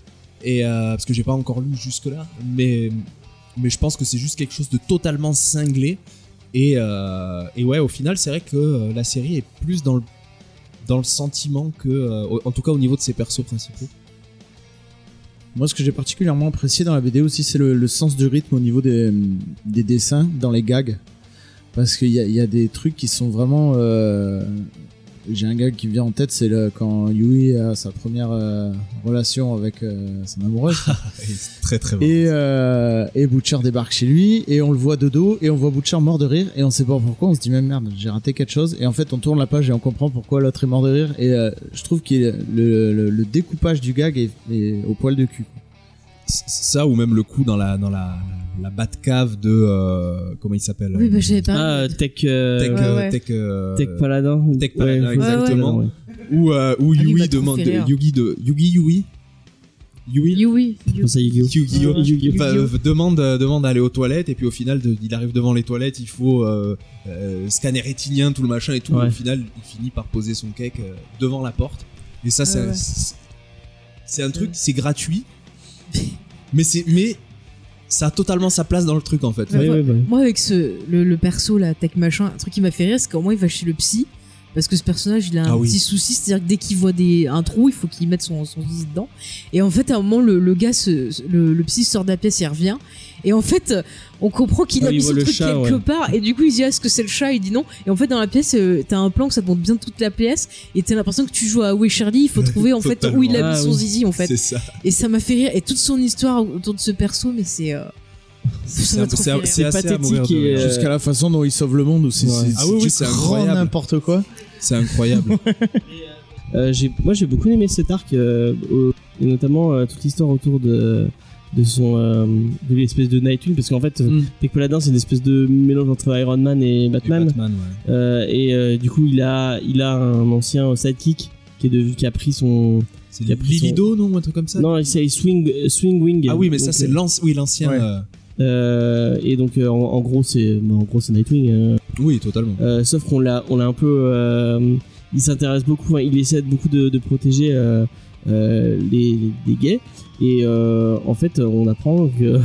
Et euh, parce que j'ai pas encore lu jusque là, mais mais je pense que c'est juste quelque chose de totalement cinglé. Et euh, et ouais, au final, c'est vrai que euh, la série est plus dans le dans le sentiment que, euh, en tout cas au niveau de ses persos principaux. Moi, ce que j'ai particulièrement apprécié dans la B D aussi, c'est le, le sens du rythme au niveau des, des dessins, dans les gags. Parce qu'il y a, il y a des trucs qui sont vraiment... Euh... J'ai un gag qui me vient en tête, c'est le, quand Yui a sa première euh, relation avec euh, son amoureuse. C'est très très bon. Et, euh, et Butcher débarque chez lui, et on le voit de dos, et on voit Butcher mort de rire, et on sait pas pourquoi, on se dit même merde, j'ai raté quelque chose. Et en fait, on tourne la page et on comprend pourquoi l'autre est mort de rire. Et euh, je trouve que le, le, le découpage du gag est, est au poil de cul. Ça, ou même le coup dans la dans la la Batcave de euh, comment il s'appelle Oui, bah j'avais pas. Ah, Tech, euh, Tech, ouais, euh, ouais. Tech, euh, Tech Paladin. Tech Paladin, Ouais, exactement. ouais. Où euh, où Ah, lui Yui m'a trop demande fait rire. Yugi de Yugi Yui Yui Yui. Je pense à Yu-Gi-Oh. Yu-Gi-Oh. Yu-Gi-Oh. Enfin, euh, demande euh, demande d'aller aux toilettes, et puis au final de, il arrive devant les toilettes, il faut euh, euh, scanner rétinien, tout le machin et tout. Ouais. Au final, il finit par poser son cake euh, devant la porte. Et ça, c'est Ouais, un- ouais. c'est c'est un truc, c'est gratuit, mais c'est mais ça a totalement sa place dans le truc en fait. Ouais. Ouais, ouais, ouais. Moi, avec ce, le, le perso, là, tech machin, un truc qui m'a fait rire, c'est qu'au moins il va chez le psy. Parce que ce personnage, il a un Ah oui. petit souci, c'est-à-dire que dès qu'il voit des, un trou, il faut qu'il mette son, son zizi dedans. Et en fait, à un moment, le, le gars, se, le, le psy sort de la pièce, il revient. Et en fait, on comprend qu'il Ah, a il mis voit son le truc chat, quelque ouais. part. Et du coup, il dit, ah, est-ce que c'est le chat? Il dit non. Et en fait, dans la pièce, euh, t'as un plan que ça te montre bien toute la pièce. Et t'as l'impression que tu joues à Où est Charlie? Il faut trouver, en fait, où il a Totalement. mis Ah, son oui. zizi, en fait. C'est ça. Et ça m'a fait rire. Et toute son histoire autour de ce perso, mais c'est, euh, ça m'a C'est- trop c'est- fait rire. c'est assez à mourir pathétique de et, rire. euh, Jusqu'à la façon dont il sauve le monde, où c'est Ouais. c'est- Ah oui, oui, du c'est grand incroyable. n'importe quoi. C'est incroyable. Euh, j'ai, moi, j'ai beaucoup aimé cet arc, euh, au- et notamment euh, toute l'histoire autour de de son euh, de l'espèce de Nightwing, parce qu'en fait, Mm. Tech Paladin, c'est une espèce de mélange entre Iron Man et Et Batman. Batman, ouais. Euh, et euh, du coup, il a il a un ancien sidekick qui est devenu qui a pris son C'est qui a pris son- Lilido, non, ou un truc comme ça. non, c'est Swing Swing Wing. Ah oui, mais ça Donc, c'est euh, l'ancien, oui, l'ancien. Ouais. euh, euh, et donc euh, en, en gros, c'est bah, en gros c'est Nightwing. euh. Oui, totalement. Euh, sauf qu'on l'a, on l'a un peu. Euh, il s'intéresse beaucoup, enfin, il essaie beaucoup de, de protéger euh, euh, les, les, les gays. Et euh, en fait, on apprend que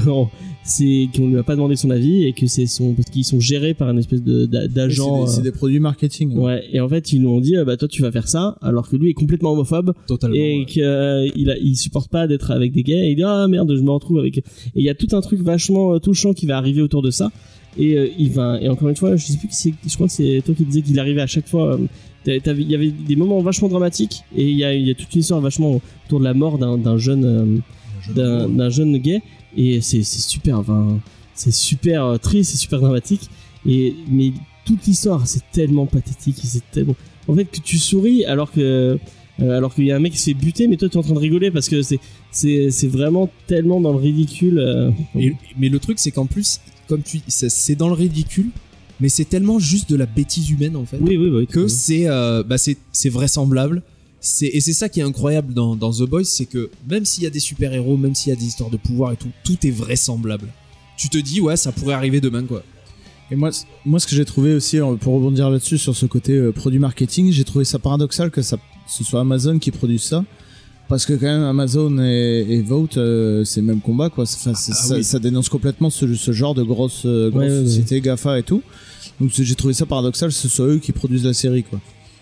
c'est qu'on lui a pas demandé son avis et que c'est son parce qu'ils sont gérés par une espèce de d'a- C'est d'agent. des, c'est euh, des produits marketing. hein. ouais. Et en fait, ils lui ont dit, euh, bah toi, tu vas faire ça, alors que lui est complètement homophobe Totalement. et ouais. qu'il euh, il, a- il supporte pas d'être avec des gays. Et il dit ah merde, je me retrouve avec. Et il y a tout un truc vachement euh, touchant qui va arriver autour de ça. Et euh, il va et encore une fois, je sais plus qui c'est. Je crois que c'est toi qui disais qu'il arrivait à chaque fois. euh, t'avais- t'avais- Il y avait des moments vachement dramatiques et il y a, il y a toute une histoire vachement autour de la mort d'un d'un jeune euh, d'un d'un jeune gay et c'est c'est super. Enfin, c'est super euh, triste, c'est super dramatique. Et mais toute l'histoire, c'est tellement pathétique, et c'est tellement. En fait, que tu souris alors que euh, alors qu'il y a un mec qui se fait buter, mais toi tu es en train de rigoler parce que c'est c'est c'est vraiment tellement dans le ridicule. euh. Et- mais le truc, c'est qu'en plus, comme tu, c'est c'est dans le ridicule, mais c'est tellement juste de la bêtise humaine en fait, Oui, oui, oui. que c'est, euh, bah c'est, c'est vraisemblable. C'est, et c'est ça qui est incroyable dans, dans The Boys, c'est que même s'il y a des super héros, même s'il y a des histoires de pouvoir et tout, tout est vraisemblable. Tu te dis ouais, ça pourrait arriver demain quoi. Et moi, c- moi, ce que j'ai trouvé aussi, euh, pour rebondir là-dessus, sur ce côté euh, produit marketing, j'ai trouvé ça paradoxal que ça, ce soit Amazon qui produise ça. Parce que quand même, Amazon et, et Vote, euh, c'est le même combat, quoi. Enfin, c'est- Ah, ça, oui. ça dénonce complètement ce, ce genre de grosse, euh, grosse Ouais, ouais, ouais. société GAFA et tout. Donc c'est- j'ai trouvé ça paradoxal que ce soit eux qui produisent la série, quoi.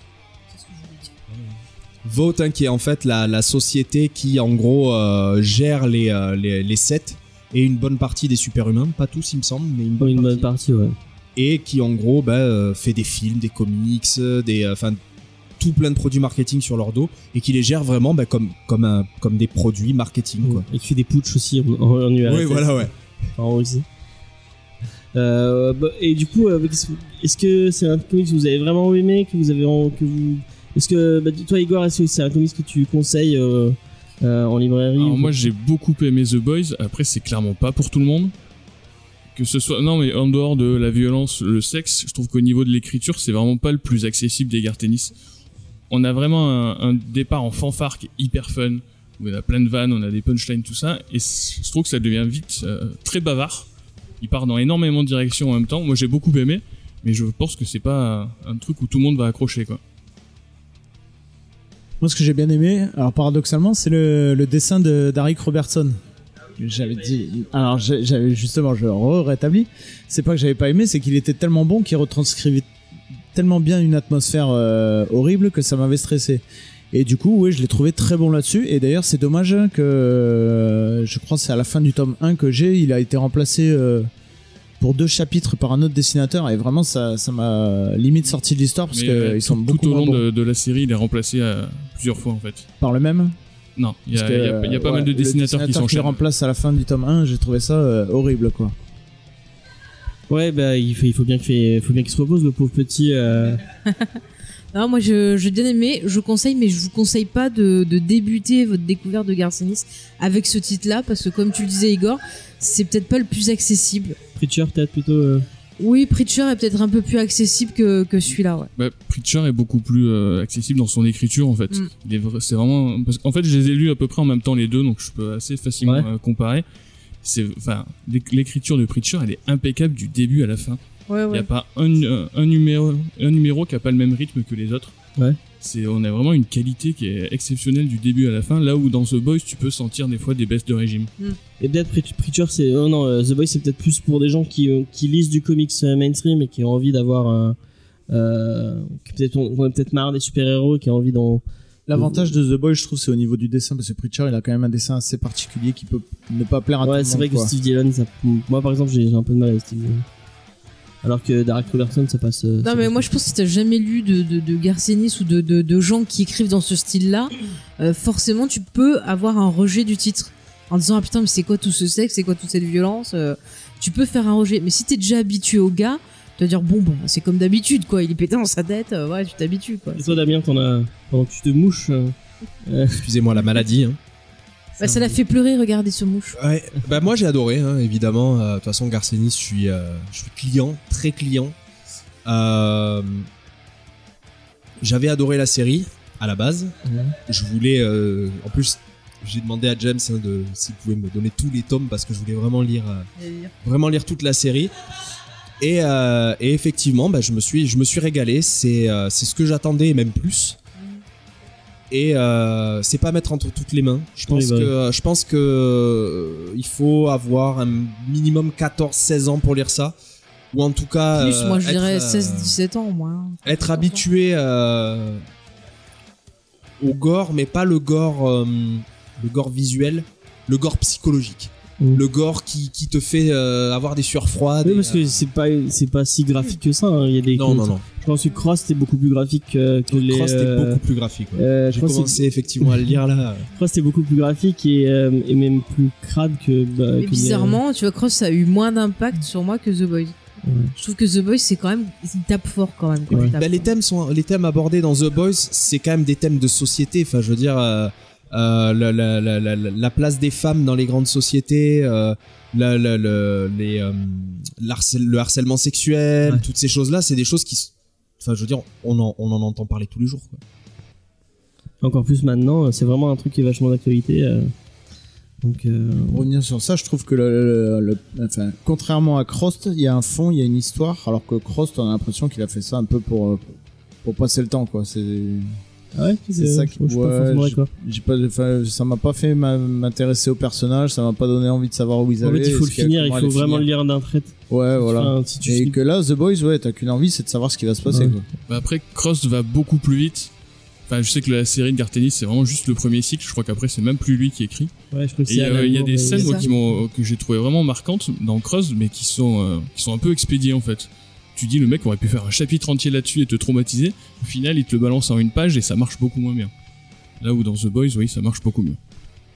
Vote, hein, qui est en fait la, la société qui en gros euh, gère les, euh, les, les sets et une bonne partie des super-humains, pas tous il me semble, mais une bonne, Une partie. bonne partie, ouais. Et qui en gros bah, euh, fait des films, des comics, euh, des, enfin tout plein de produits marketing sur leur dos et qui les gère vraiment bah, comme, comme, un, comme des produits marketing quoi. Et qui fait des putsch aussi en, en, en U R S S. Oui voilà ouais. En Russie. Euh, bah, et du coup, euh, est-ce que c'est un comics que vous avez vraiment aimé, que vous avez en- que vous, est-ce que bah, toi Igor, est-ce que c'est un comics que tu conseilles euh, euh, en librairie? Alors ou- moi j'ai beaucoup aimé The Boys, après c'est clairement pas pour tout le monde. Que ce soit, non mais en dehors de la violence, le sexe, je trouve qu'au niveau de l'écriture c'est vraiment pas le plus accessible des Gare Tennis. On a vraiment un, un départ en fanfare qui est hyper fun, où on a plein de vannes, on a des punchlines, tout ça, et c- je trouve que ça devient vite euh, très bavard. Il part dans énormément de directions en même temps, moi j'ai beaucoup aimé, mais je pense que c'est pas un, un truc où tout le monde va accrocher quoi. Moi, ce que j'ai bien aimé, alors paradoxalement, c'est le, le dessin de d'Aric Robertson. J'avais dit, alors j'avais justement, je rétablis. C'est pas que j'avais pas aimé, c'est qu'il était tellement bon qu'il retranscrivait tellement bien une atmosphère euh, horrible que ça m'avait stressé. Et du coup, oui, je l'ai trouvé très bon là-dessus. Et d'ailleurs, c'est dommage que euh, je crois que c'est à la fin du tome un que j'ai, il a été remplacé euh, pour deux chapitres par un autre dessinateur. Et vraiment, ça, ça m'a limite sorti de l'histoire parce Mais, qu'ils euh, sont tout, beaucoup tout au moins long bons. de, de la série, il est remplacé à plusieurs fois en fait. Par le même. Non, il y a, Parce que, il y a- il y a pas ouais, mal de le dessinateurs qui dessinateur s'enchaînent. remplace à la fin du tome un, j'ai trouvé ça euh, horrible, quoi. Ouais, bah il faut, il faut bien qu'il faut bien qu'il se repose, le pauvre petit. Euh... Non, moi je j'ai bien aimé, je conseille, mais je vous conseille pas de, de débuter votre découverte de Garcenis avec ce titre-là, parce que comme tu le disais Igor, c'est peut-être pas le plus accessible. Preacher peut-être plutôt. Euh... Oui, Preacher est peut-être un peu plus accessible que, que celui-là, ouais. Bah, Preacher est beaucoup plus euh, accessible dans son écriture en fait. Mm. Il est vrai- c'est vraiment parce qu'en fait je les ai lus à peu près en même temps les deux, donc je peux assez facilement Ouais. euh, comparer. C'est enfin l'éc- l'écriture de Preacher, elle est impeccable du début à la fin. Ouais, Il y ouais. a pas un, un, un numéro un numéro qui a pas le même rythme que les autres. Ouais. C'est on a vraiment une qualité qui est exceptionnelle du début à la fin, là où dans The Boys tu peux sentir des fois des baisses de régime. Et peut-être Pre- Preacher, c'est. Oh non, euh, The Boys, c'est peut-être plus pour des gens qui, euh, qui lisent du comics euh, mainstream et qui ont envie d'avoir un. Euh, qui peut-être ont, ont peut-être marre des super-héros, qui ont envie d'en. L'avantage de The Boy, je trouve, c'est au niveau du dessin, parce que Preacher, il a quand même un dessin assez particulier qui peut ne pas plaire à tout le Ouais, monde. c'est vrai que quoi. Steve Dillon, ça. Moi par exemple, j'ai j'ai un peu de mal avec Steve Dillon. Alors que Derek Robertson, ça passe. euh, ça Non, mais passe. moi je pense que si t'as jamais lu de, de, de Garcenis ou de, de, de gens qui écrivent dans ce style-là, euh, forcément tu peux avoir un rejet du titre. En disant, ah putain, mais c'est quoi tout ce sexe, c'est quoi toute cette violence euh, Tu peux faire un rejet. Mais si t'es déjà habitué au gars, tu vas dire, bon, bah, c'est comme d'habitude, quoi. Il est pété dans sa tête, euh, ouais, tu t'habitues, quoi. Et toi, Damien, t'en as. Pendant que tu te mouches. euh, euh, Excusez-moi la maladie. Hein. Bah, ça l'a fait pleurer, regardez ce mouche. Ouais, bah moi j'ai adoré, hein, évidemment. Euh, De toute façon, Garcenis, je suis, euh, je suis client, très client. Euh, J'avais adoré la série à la base. Je voulais, euh, en plus, j'ai demandé à James hein, de s'il pouvait me donner tous les tomes parce que je voulais vraiment lire, euh, vraiment lire toute la série. Et, euh, et effectivement, bah, je me suis, je me suis régalé. C'est, euh, c'est ce que j'attendais, et même plus. Et euh, c'est pas mettre entre toutes les mains. Je pense Oui, bah que, je pense que euh, il faut avoir un minimum quatorze seize ans pour lire ça, ou en tout cas Plus, euh, moi je être, dirais euh, seize dix-sept ans, moi. hein. être habitué euh, au gore, mais pas le gore, euh, le gore visuel, le gore psychologique, Mm. le gore qui, qui te fait euh, avoir des sueurs froides. Oui, et, parce que euh, c'est pas, c'est pas si graphique que ça. hein. Il y a des. non, non, non. Je pense que Cross était beaucoup plus graphique que, que les. Cross était euh, beaucoup plus graphique. ouais. euh, je J'ai crois que c'est- commencé effectivement à le lire là. Cross était beaucoup plus graphique et, euh, et même plus crade que. Bah, Mais que les- bizarrement, tu vois, Cross ça a eu moins d'impact sur moi que The Boys. Ouais. Je trouve que The Boys c'est quand même. Il tape fort quand même. quoi. Ouais. Il tape Bah, les fort. thèmes sont les thèmes abordés dans The Boys, c'est quand même des thèmes de société. Enfin, je veux dire, euh, euh, la, la, la, la, la place des femmes dans les grandes sociétés, euh, la, la, la- les, euh, l'harcèle- le harcèlement sexuel, Ouais. toutes ces choses-là, c'est des choses qui, s- enfin, je veux dire, on en, on en entend parler tous les jours. Quoi. Encore plus maintenant, c'est vraiment un truc qui est vachement d'actualité. euh. Donc. euh, Pour revenir sur ça, je trouve que le, le- le- enfin, contrairement à Crost, il y a un fond, il y a une histoire, alors que Crost, on a l'impression qu'il a fait ça un peu pour euh, pour passer le temps, quoi. C'est Ah ouais, c'est ça qui, je suis pas ouais, forcément j'ai- d'accord. j'ai pas, enfin, ça m'a pas fait m'a- m'intéresser au personnage, ça m'a pas donné envie de savoir où ils En allaient. fait, il faut le ce qu'il y a- finir, il comment faut aller vraiment le finir. lire d'un trait. Ouais, voilà. Enfin, si tu Et suis- que là, The Boys, ouais, t'as qu'une envie, c'est de savoir ce qui va se passer, Ouais. quoi. Bah après, Cross va beaucoup plus vite. Enfin, je sais que la série de Gartenis, c'est vraiment juste le premier cycle. Je crois qu'après, c'est même plus lui qui écrit. Ouais, je crois que Et c'est il y, à a- il y a l'amour, des mais- scènes c'est moi, ça. qui m'ont, que j'ai trouvé vraiment marquantes dans Cross, mais qui sont, euh, qui sont un peu expédiées en fait. Tu dis, le mec aurait pu faire un chapitre entier là-dessus et te traumatiser. Au final, il te le balance en une page et ça marche beaucoup moins bien. Là où dans The Boys, oui, ça marche beaucoup mieux.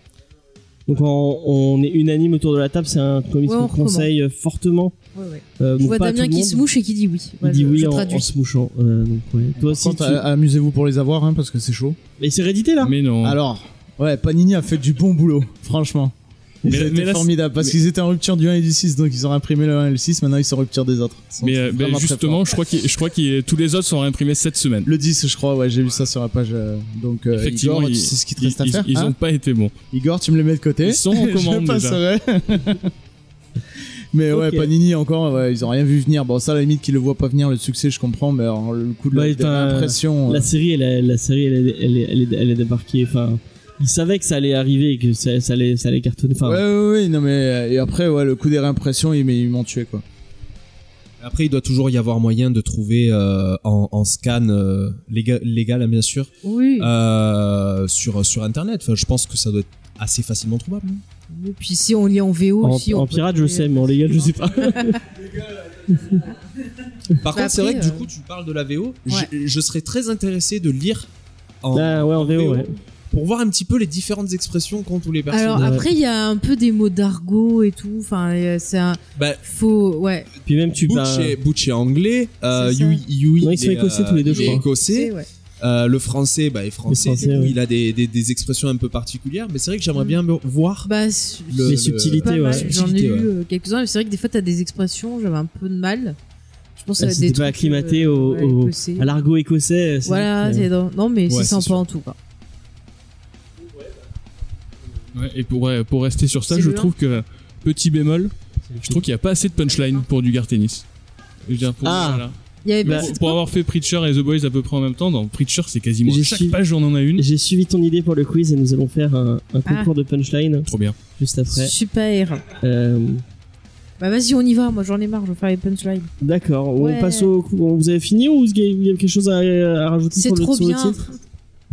Donc on, on est unanime autour de la table, c'est un comics Ouais, on qu'on conseille euh, fortement. Ouais, ouais. Euh, Je donc vois pas à Damien tout le qui monde. se mouche et qui dit oui. Il Ouais, dit je- oui je en, traduis. en se mouchant. Euh, donc, ouais. Toi Par aussi, contre, tu... a- amusez-vous pour les avoir, hein, parce que c'est chaud. Et c'est réédité là Mais non. Alors, ouais, Panini a fait du bon boulot, franchement. Mais- C'était mais là, formidable, parce mais- qu'ils étaient en rupture du un et du six, donc ils ont imprimé le un et le six, maintenant ils sont en rupture des autres. Ils sont mais euh, vraiment bah, très justement, forts. je crois, qu'il, je crois que tous les autres sont imprimés cette semaine. Le dix, je crois, ouais, j'ai vu ça sur la page. euh, donc, euh, Effectivement, Igor, ils, tu sais ce qu'il te ils, reste à ils- faire ils hein ont pas été bons. Igor, tu me les mets de côté. Ils sont en commande, Je passerai. Mais ouais, Ok. Panini encore, ouais, ils ont rien vu venir. Bon, ça, à la limite, qu'ils le voient pas venir, le succès, je comprends, mais alors, le coup de Bah, la- de enfin, l'impression. La euh, série, elle, a- la série, elle, est- elle, est- elle, est- elle est débarquée. Enfin, ils savaient que ça allait arriver et que ça, ça allait, ça allait cartonner. Enfin, Ouais, ouais, ouais, non, mais. euh, Et après, ouais, le coup des réimpressions, ils, ils m'ont tué, quoi. Après, il doit toujours y avoir moyen de trouver euh, en, en scan euh, légal, légal, bien sûr, Oui. euh, sur, sur Internet. Enfin, je pense que ça doit être assez facilement trouvable. non Et puis si on lit en V O en, aussi. on en peut pirate, je trouver- sais, mais en légal, je sais pas. Par Bah contre, c'est après, vrai que du euh, coup, tu parles de la V O. Ouais. Je, je serais très intéressé de lire en, Ah, ouais, en V O, ouais. pour voir un petit peu les différentes expressions qu'ont tous les personnages. Alors Ouais. après, il y a un peu des mots d'argot et tout. Enfin, euh, c'est un Bah, faux. Ouais. Puis même, tu Butch, bah, est, Butch est anglais, euh, C'est ça. Yui, Yui, Non, ils sont il est, écossais euh, tous les deux, il je est crois. écossais. C'est- ouais. Euh, le français, bah, est français. Le français, du coup, ouais. il a des, des, des expressions un peu particulières. Mais c'est vrai que j'aimerais bien me- voir Bah, c'est- le, les le- subtilités, pas ouais. mal. J'en ai subtilité, lu ouais. euh, quelques-uns, mais c'est vrai que des fois, t'as des expressions, j'avais un peu de mal. Je pense Ah, à c'était des pas trucs, acclimaté euh, au- ouais, au- écossais. à l'argot écossais. c'est Voilà, vrai que- c'est dans- non, mais Ouais, c'est c'est sympa sûr. en tout cas. Ouais, et pour, ouais, pour rester sur ça, C'est je le trouve que, petit bémol, je trouve qu'il n'y a pas assez de punchline pour du Gar Tennis. Je veux dire, pour, Ah. voilà. Il y avait Bah, pas Pour, cette pour avoir fait Preacher et The Boys à peu près en même temps, dans Preacher, c'est quasiment J'ai chaque suivi- page, on en a une. J'ai suivi ton idée pour le quiz et nous allons faire un, un Ah. concours de punchline Trop bien. juste après. Super. Euh, Bah vas-y, on y va. Moi, j'en ai marre. Je vais faire les punchlines. D'accord, Ouais. on passe au. Vous avez fini ou il y a quelque chose à, à rajouter C'est sur le, trop sur le bien. titre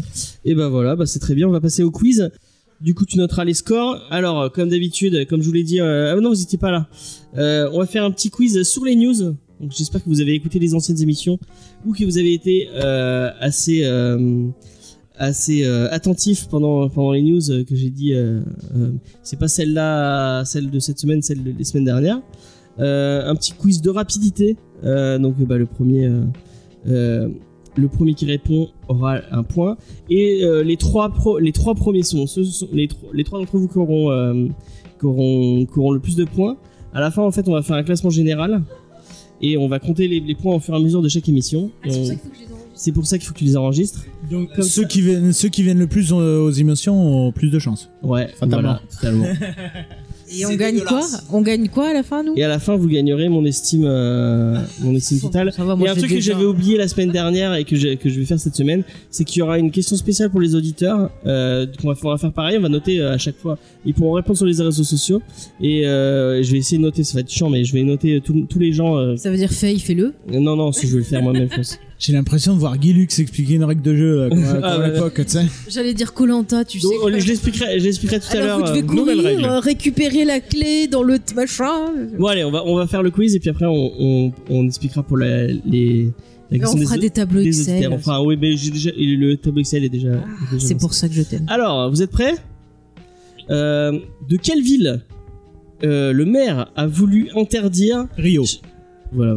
Et ben voilà, bah c'est très bien, on va passer au quiz. Du coup, tu noteras les scores. Alors, euh, comme d'habitude, comme je vous l'ai dit, euh, ah non, vous étiez pas là. Euh, on va faire un petit quiz sur les news. Donc, j'espère que vous avez écouté les anciennes émissions ou que vous avez été euh, assez euh, assez euh, attentif pendant pendant les news euh, que j'ai dit. Euh, euh, c'est pas celle-là, celle de cette semaine, celle de- des semaines dernières. Euh, un petit quiz de rapidité. Euh, donc, bah, le premier. Euh, euh, Le premier qui répond aura un point et euh, les trois pro, les trois premiers sont, ce sont les, tro- les trois d'entre vous qui auront, euh, qui auront qui auront le plus de points. À la fin, en fait, on va faire un classement général et on va compter les, les points au fur et à mesure de chaque émission. Et on- C'est pour ça qu'il faut que tu les enregistres. Donc, Comme ceux, ça- qui viennent, ceux qui viennent le plus aux, aux émotions ont plus de chance. Ouais, Fatalement. voilà, totalement. Et on gagne quoi On gagne quoi à la fin, nous Et à la fin, vous gagnerez mon estime, euh, mon estime totale. Ça va, Il moi, y a un j'ai truc que déjà- j'avais oublié la semaine dernière et que, j'ai- que je vais faire cette semaine, c'est qu'il y aura une question spéciale pour les auditeurs. Euh, qu'on va, on va faire pareil, on va noter euh, à chaque fois. Ils pourront répondre sur les réseaux sociaux et euh, je vais essayer de noter. Ça va être chiant, mais je vais noter tous tous les gens. Euh, Ça veut dire Faye, fais-le. non, non, si je vais le faire moi-même, je pense. J'ai l'impression de voir Guy Lux expliquer une règle de jeu, là, comme, à- Ah, comme à ouais. l'époque, tu sais. J'allais dire Colanta, tu Donc, sais. je l'expliquerai, je l'expliquerai tout à Alors l'heure. vous devez euh, nouvelle courir, règle. euh, récupérer la clé dans le t- machin. Bon allez, on va on va faire le quiz et puis après on on, on expliquera pour la, les la Et on question fera des, des tableaux des Excel. auditeurs. Enfin oui, mais j'ai déjà le tableau Excel est déjà. Ah, est déjà c'est lancé. pour ça que je t'aime. Alors, vous êtes prêts Euh, De quelle ville euh, le maire a voulu interdire Rio. Voilà.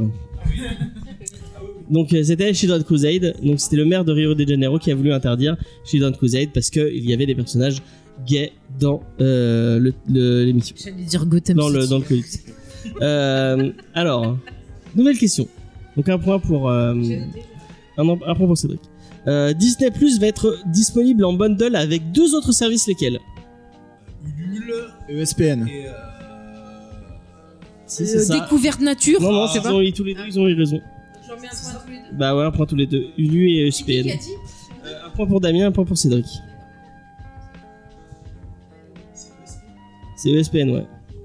Donc euh, c'était Children's Crusade. Donc c'était le maire de Rio de Janeiro qui a voulu interdire Children's Crusade parce que il y avait des personnages gays dans euh, le- le- l'émission. J'allais dire Gotham Dans le City. dans le comics. Euh, alors, nouvelle question. Donc un point pour euh, un, un point pour Cédric. Euh, Disney Plus va être disponible en bundle avec deux autres services, lesquels? Ulule E S P N. et. euh, Si, Euh, c'est ça. découverte nature. Non, non, c'est ils pas. ont eu tous les deux, ils ont eu raison. J'en mets un point tous les deux. Bah ouais, un point tous les deux. Ulu et E S P N. Euh, un point pour Damien, un point pour Cédric. C'est E S P N, ouais.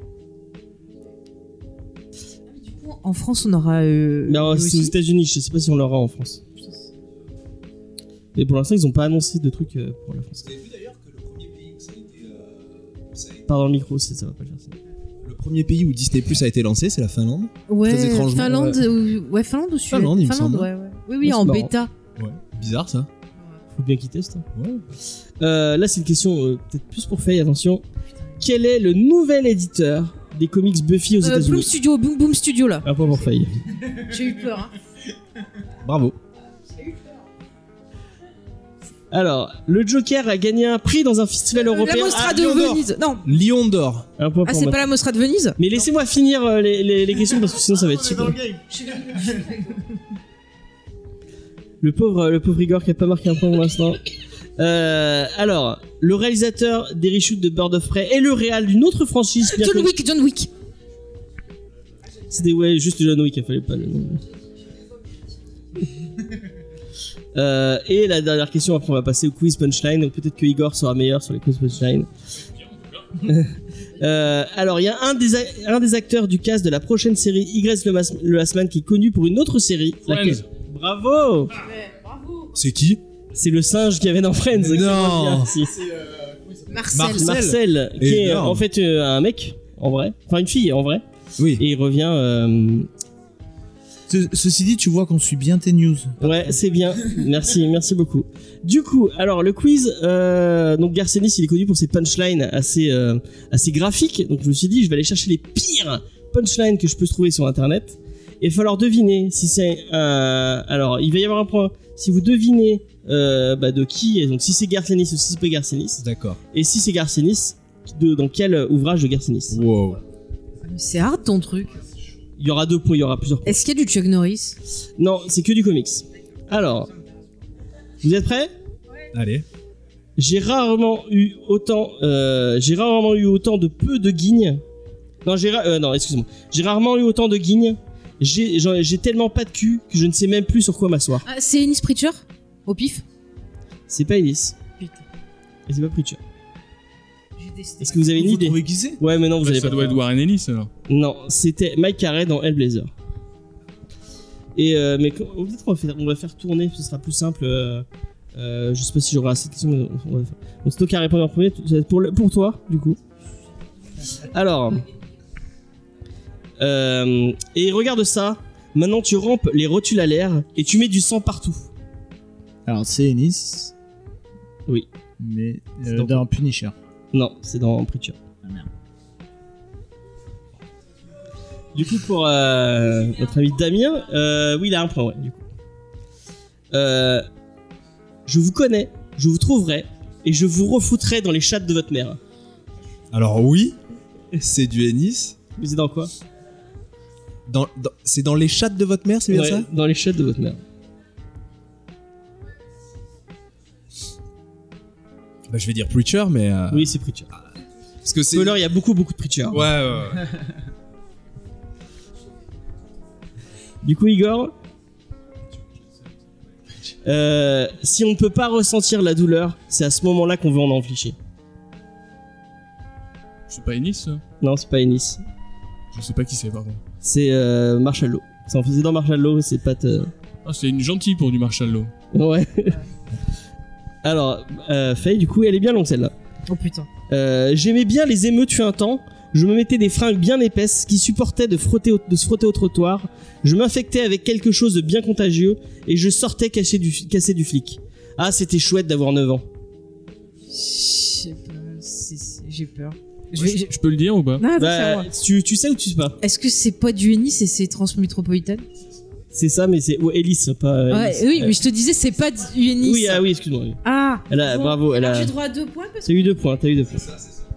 Du coup, en France, on aura. Euh, Non, nous c'est aux aussi. États-Unis, je sais pas si on l'aura en France. Mais pour l'instant, ils ont pas annoncé de trucs euh, pour la France. Vous avez vu d'ailleurs que le premier pays où ça a été. euh, ça a été- Pas dans le micro, c'est- ça va pas le faire. ça. Le premier pays où Disney Plus a été lancé, c'est la Finlande. Ouais, Très étrangement, Finlande, ou... ouais, Finlande ou Suède. Finlande, il me semble. ouais, ouais. Oui, oui, Ouais, en c'est marrant. bêta. Ouais. Bizarre ça. Faut bien qu'ils testent. Ouais. Euh, là, c'est une question euh, peut-être plus pour Faye, attention. Quel est le nouvel éditeur des comics Buffy aux Euh, Bloom États-Unis? Studio, Boom Boom Studio là. Un point pour Faye. J'ai eu peur. Hein. Bravo. Alors, le Joker a gagné un prix dans un festival européen. La Mostra à de Lyon d'Or. Venise. Non. Lion d'or. Un point Ah, pour c'est Matt. pas la Mostra de Venise. Mais laissez-moi finir euh, les, les, les questions parce que sinon ça va être super. Le pauvre, le pauvre Igor qui a pas marqué un point pour l'instant. Euh, alors, le réalisateur des reshoots de Bird of Prey et le réal d'une autre franchise. bien John connue. Wick, John Wick. C'était ouais, juste John Wick, il fallait pas le nom. euh, et la dernière question, après on va passer au quiz punchline. Donc peut-être que Igor sera meilleur sur les quiz punchline. euh, alors il y a un des, a- un des acteurs du cast de la prochaine série Y le, Mas- le Last Man qui est connu pour une autre série. Laquelle Bravo. C'est qui? C'est le singe qu'il y avait dans Friends. qui Non. revient ici. Marcel. Marcel. Marcel, qui est Énorme. en fait euh, un mec, en vrai. Enfin une fille, en vrai. Oui. Et il revient... euh, Ce- ceci dit, tu vois qu'on suit bien tes news. Ouais, c'est bien. Merci, merci beaucoup. Du coup, alors le quiz, euh, donc Garcenis, il est connu pour ses punchlines assez, euh, assez graphiques. Donc je me suis dit, je vais aller chercher les pires punchlines que je peux trouver sur Internet. Et il va falloir deviner si c'est un... Alors, il va y avoir un point. Si vous devinez euh, bah, de qui est, donc si c'est Garcenis ou si c'est pas Garcenis. D'accord. Et si c'est Garcenis, de, dans quel ouvrage de Garcenis. Wow. C'est hard ton truc. Il y aura deux points, il y aura plusieurs points. Est-ce qu'il y a du Chuck Norris? Non, c'est que du comics. Alors, vous êtes prêts? Allez. J'ai rarement eu autant, euh, j'ai rarement eu autant de peu de guignes. Non, j'ai, ra- euh, non, excuse-moi. J'ai rarement eu autant de guignes. J'ai, j'en- j'ai tellement pas de cul que je ne sais même plus sur quoi m'asseoir. Ah, c'est Ennis Pritchard? Au pif? C'est pas Ellis. Putain. Et c'est pas Preacher. J'ai décidé. Est-ce que vous avez une Vous idée? trouvez qui c'est? Ouais, mais non, vous Bah, allez ça pas. doit être Warren Ellis alors. Non, c'était Mike Carey dans Hellblazer. Et euh, mais quand- peut-être qu'on va faire, on va faire tourner, ce sera plus simple. Euh, euh, je sais pas si j'aurai assez de questions, mais on va faire. Donc c'est toi qui as répondu en premier, ça va être pour, le- pour toi, du coup. Alors. Euh, et regarde ça. Maintenant, tu rampes les rotules à l'air et tu mets du sang partout. Alors, c'est Ennis. Oui. Mais C'est euh, dans- dans Punisher. Non, c'est dans Preacher. Ah merde. Du coup, pour euh, notre ami Damien, euh, oui, il a un point, ouais, du coup. Euh, je vous connais, je vous trouverai, et je vous refoutrai dans les chattes de votre mère. Alors oui, c'est du Ennis. Mais c'est dans quoi? Dans, dans- c'est dans les chattes de votre mère, c'est bien Ouais, ça? dans les chattes de votre mère. Bah je vais dire Preacher, mais euh, Oui, c'est Preacher. parce que c'est. Spoiler, il y a beaucoup, beaucoup de Preacher. Ouais, ouais, ouais. Du coup, Igor, euh, si on ne peut pas ressentir la douleur, c'est à ce moment-là qu'on veut en infliger. C'est pas Ennis ça? Non, c'est pas Ennis. Je sais pas qui c'est pardon. C'est euh, Marshall Law. C'est en faisait dans Marshall Law, c'est pas... euh, Ah, c'est une gentille pour du Marshall Law. Ouais. Alors, euh, Faye, du coup, elle est bien longue celle-là. Oh putain. Euh, J'aimais bien les émeutes fut un temps. Je me mettais des fringues bien épaisses qui supportaient de, frotter au- de se frotter au trottoir. Je m'infectais avec quelque chose de bien contagieux et je sortais caché du, cassé du flic. Ah, c'était chouette d'avoir neuf ans. Je sais pas. c'est- c'est- J'ai peur. Je vais- je- Je peux le dire ou pas? Non, attends, c'est à Bah, moi. tu, tu sais ou tu sais pas? Est-ce que c'est pas du Ennis et c'est Transmétropolitane? C'est ça, mais c'est... Oh, Ellis, pas... euh, Ouais, Ellis. oui, Euh, mais je te disais, c'est pas du Ennis. Oui, ah oui, excuse-moi. oui. Ah, Elle a, bon. bravo, elle Alors, a... j'ai droit à deux points parce T'as eu deux points, t'as eu deux points.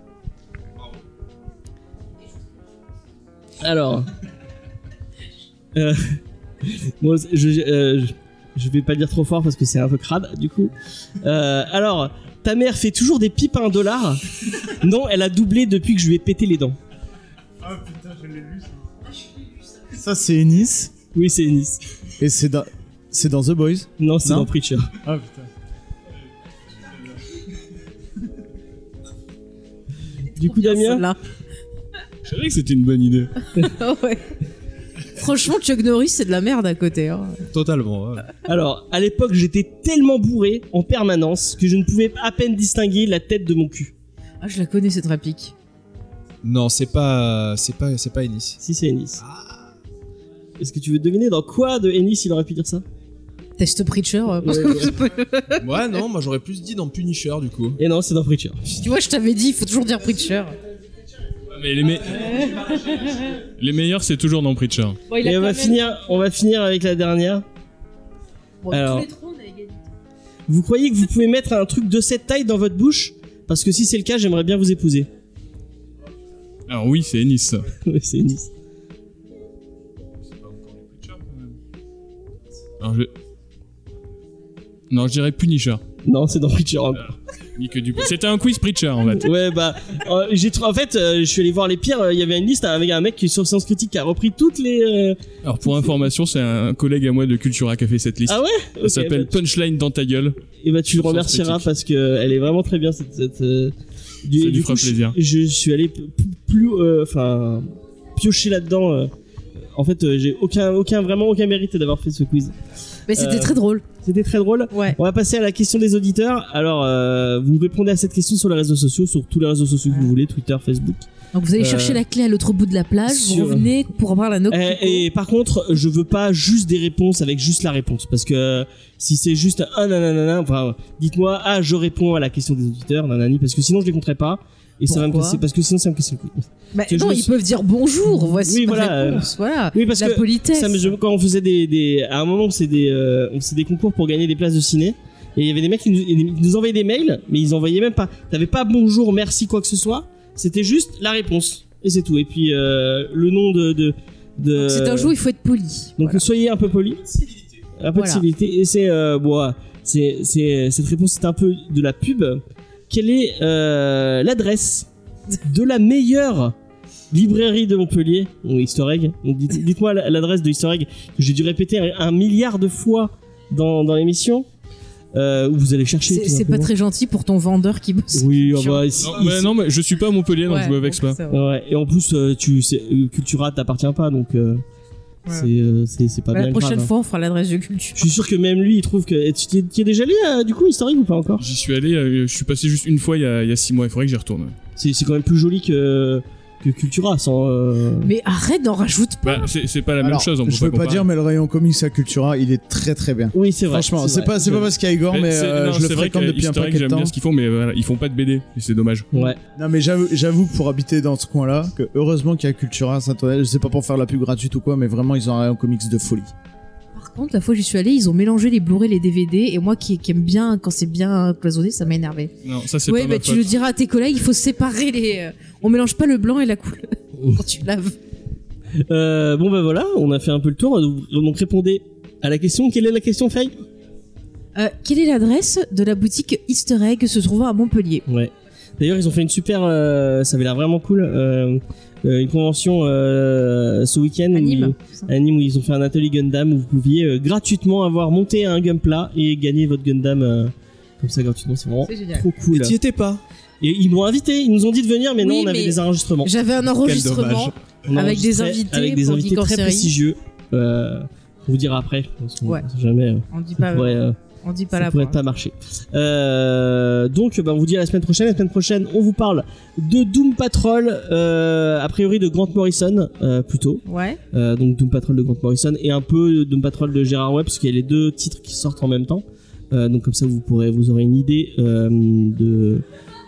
Alors... Euh, bon, je, je, euh, je- je vais pas le dire trop fort parce que c'est un peu crade, du coup. Euh, alors, ta mère fait toujours des pipes à un dollar? Non, elle a doublé depuis que je lui ai pété les dents. Ça, c'est Ennis. Oui, c'est Ennis. Et c'est dans... c'est dans The Boys. Non, c'est Non. dans Preacher. Ah putain. Du coup, Damien, là. Je savais que c'était une bonne idée. Ouais. Franchement, Chuck Norris, c'est de la merde à côté. Hein. Totalement. ouais. alors, à l'époque, j'étais tellement bourré en permanence que je ne pouvais à peine distinguer la tête de mon cul. Ah, je la connais cette réplique. Non, c'est pas, c'est pas, c'est pas Ennis. Si, c'est Ennis. Est-ce que tu veux deviner dans quoi de Ennis il aurait pu dire ça? Test Preacher. euh, Ouais, ouais. Ouais, non, moi j'aurais plus dit dans Punisher du coup. Et non, c'est dans Preacher. Tu vois, je t'avais dit, il faut toujours dire Preacher. Mais les, me- les meilleurs, c'est toujours dans Preacher. Bon, il a Et on quand va même- finir, on va finir avec la dernière. Bon, Alors. tous les trois, on a égalité. Vous croyez que vous pouvez mettre un truc de cette taille dans votre bouche? Parce que si c'est le cas, j'aimerais bien vous épouser. Alors oui, c'est Ennis ça. Ouais, c'est Ennis. Alors je... Non, je dirais Punisher. Non, c'est dans Preacher encore. Ni que du... C'était un quiz Preacher en fait. Ouais, bah, euh, j'ai tr- en fait, euh, je suis allé voir les pires. Il y avait une liste avec un mec qui sur Science Critique qui a repris toutes les. Euh... Alors pour information, c'est un collègue à moi de Cultura qui a fait cette liste. Ah ouais. Ça Ok, s'appelle bah, Punchline dans ta gueule. Et bah tu le Sur Science remercieras Critique. parce que elle est vraiment très bien cette. cette euh, du, Ça lui du fera coup, je- plaisir. Je, suis allé p- plus, euh, enfin, piocher là-dedans. euh. En fait, euh, j'ai aucun, aucun, vraiment aucun mérite d'avoir fait ce quiz. Mais c'était Euh, très drôle. C'était très drôle. Ouais. On va passer à la question des auditeurs. Alors, euh, vous répondez à cette question sur les réseaux sociaux, sur tous les réseaux sociaux que vous voulez, Twitter, Facebook. Donc vous allez Euh, chercher la clé à l'autre bout de la plage, vous sur- revenez pour avoir la note. Et, et par contre, je veux pas juste des réponses avec juste la réponse, parce que euh, si c'est juste un nanana, enfin, dites-moi, ah, je réponds à la question des auditeurs, nanani, parce que sinon je les compterai pas. Et ça va me Pourquoi casser, parce que sinon ça me casse le cou. Bah, que je non, me ils suis- peuvent dire bonjour, voici Oui, ma voilà, réponse, voilà. Oui, parce la que politesse. ça me, je- quand on faisait des, des, à un moment, c'est des, euh, on faisait des concours pour gagner des places de ciné. Et il y avait des mecs qui nous, qui nous envoyaient des mails, mais ils envoyaient même pas. T'avais pas bonjour, merci, quoi que ce soit. C'était juste la réponse. Et c'est tout. Et puis, euh, le nom de, de, de. Donc, c'est un jeu où il faut être poli. Donc, Voilà. soyez un peu poli. Un peu Voilà. de civilité. Et c'est, euh, bon, euh, c'est, c'est, cette réponse, c'est un peu de la pub. Quelle est, euh, l'adresse de la meilleure librairie de Montpellier, ou Easter Egg? Donc, dites, dites-moi l'adresse de Easter Egg que j'ai dû répéter un, un milliard de fois dans, dans l'émission. Euh, où vous allez chercher. C'est tout c'est pas simplement. très gentil pour ton vendeur qui bosse. Oui, ah Chiant. bah, si- Non, bah, non, mais je suis pas à Montpellier, donc Ouais, je me vexe bon, pas. ça va. Ouais, et en plus, euh, tu, c'est, euh, Cultura t'appartient pas, donc euh, Ouais. c'est, euh, c'est, c'est pas Bah, bien la prochaine grave, hein. fois, on fera l'adresse de culture. Je suis sûr que même lui, il trouve que. et Tu t'y es- t'y es déjà allé, euh, du coup, historique ou pas encore? J'y suis allé, euh, je suis passé juste une fois il y a, il y a six mois, il faudrait que j'y retourne. C'est, c'est quand même plus joli que, que Cultura, sans. euh, Mais arrête, n'en rajoute pas. Bah, c'est c'est pas la même Alors, chose, on peut je veux pas comparer. dire, mais le rayon comics à Cultura, il est très très bien. Oui, c'est vrai. Franchement, c'est vrai. pas, c'est pas parce qu'il y a Igor, mais, c'est- euh, non, je le c'est vrai fréquente que depuis un Easter Egg, paquet de j'aime temps. bien ce qu'ils font, mais voilà, ils font pas de B D, et c'est dommage. Ouais. Non, mais j'avoue, j'avoue que pour habiter dans ce coin-là, que heureusement qu'il y a Cultura à Saint-Ouen, je sais pas pour faire la pub gratuite ou quoi, mais vraiment, ils ont un rayon comics de folie. Par contre, la fois où j'y suis allée, ils ont mélangé les Blu-ray, les D V D, et moi qui, qui aime bien quand c'est bien cloisonné, ça m'a énervé. Non, ça c'est Ouais, pas bah ma tu faute. le diras à tes collègues, il faut séparer les. euh, On mélange pas le blanc et la couleur quand tu laves. Euh, bon, bah voilà, on a fait un peu le tour. Donc, répondez à la question. Quelle est la question, Faye? Euh, quelle est l'adresse de la boutique Easter Egg se trouvant à Montpellier? Ouais. D'ailleurs, ils ont fait une super. Euh, ça avait l'air vraiment cool. Euh, euh, une convention euh, ce week-end. À où Nîmes. ils- à Nîmes, où ils ont fait un atelier Gundam où vous pouviez euh, gratuitement avoir monté un Gunpla et gagner votre Gundam euh, comme ça gratuitement. C'est vraiment C'est génial. trop cool. Et t'y étais pas. Et ils m'ont invité. Ils nous ont dit de venir, mais non, Oui, on avait mais des enregistrements. J'avais un enregistrement. dommage. On a avec des enregistré invités avec des pour invités Geek en très série. prestigieux. Euh, on vous dira après. Parce qu'on Ouais. sait jamais. euh, On dit ça pas, pourrait, euh, on dit pas ça la pourrait fin. pas marcher. Euh, donc, bah, on vous dit à la semaine prochaine. La semaine prochaine, on vous parle de Doom Patrol, euh, a priori de Grant Morrison, euh, plutôt. Ouais. Euh, donc Doom Patrol de Grant Morrison et un peu de Doom Patrol de Gérard Way, parce qu'il y a les deux titres qui sortent en même temps. Euh, donc comme ça, vous pourrez, vous aurez une idée euh, de.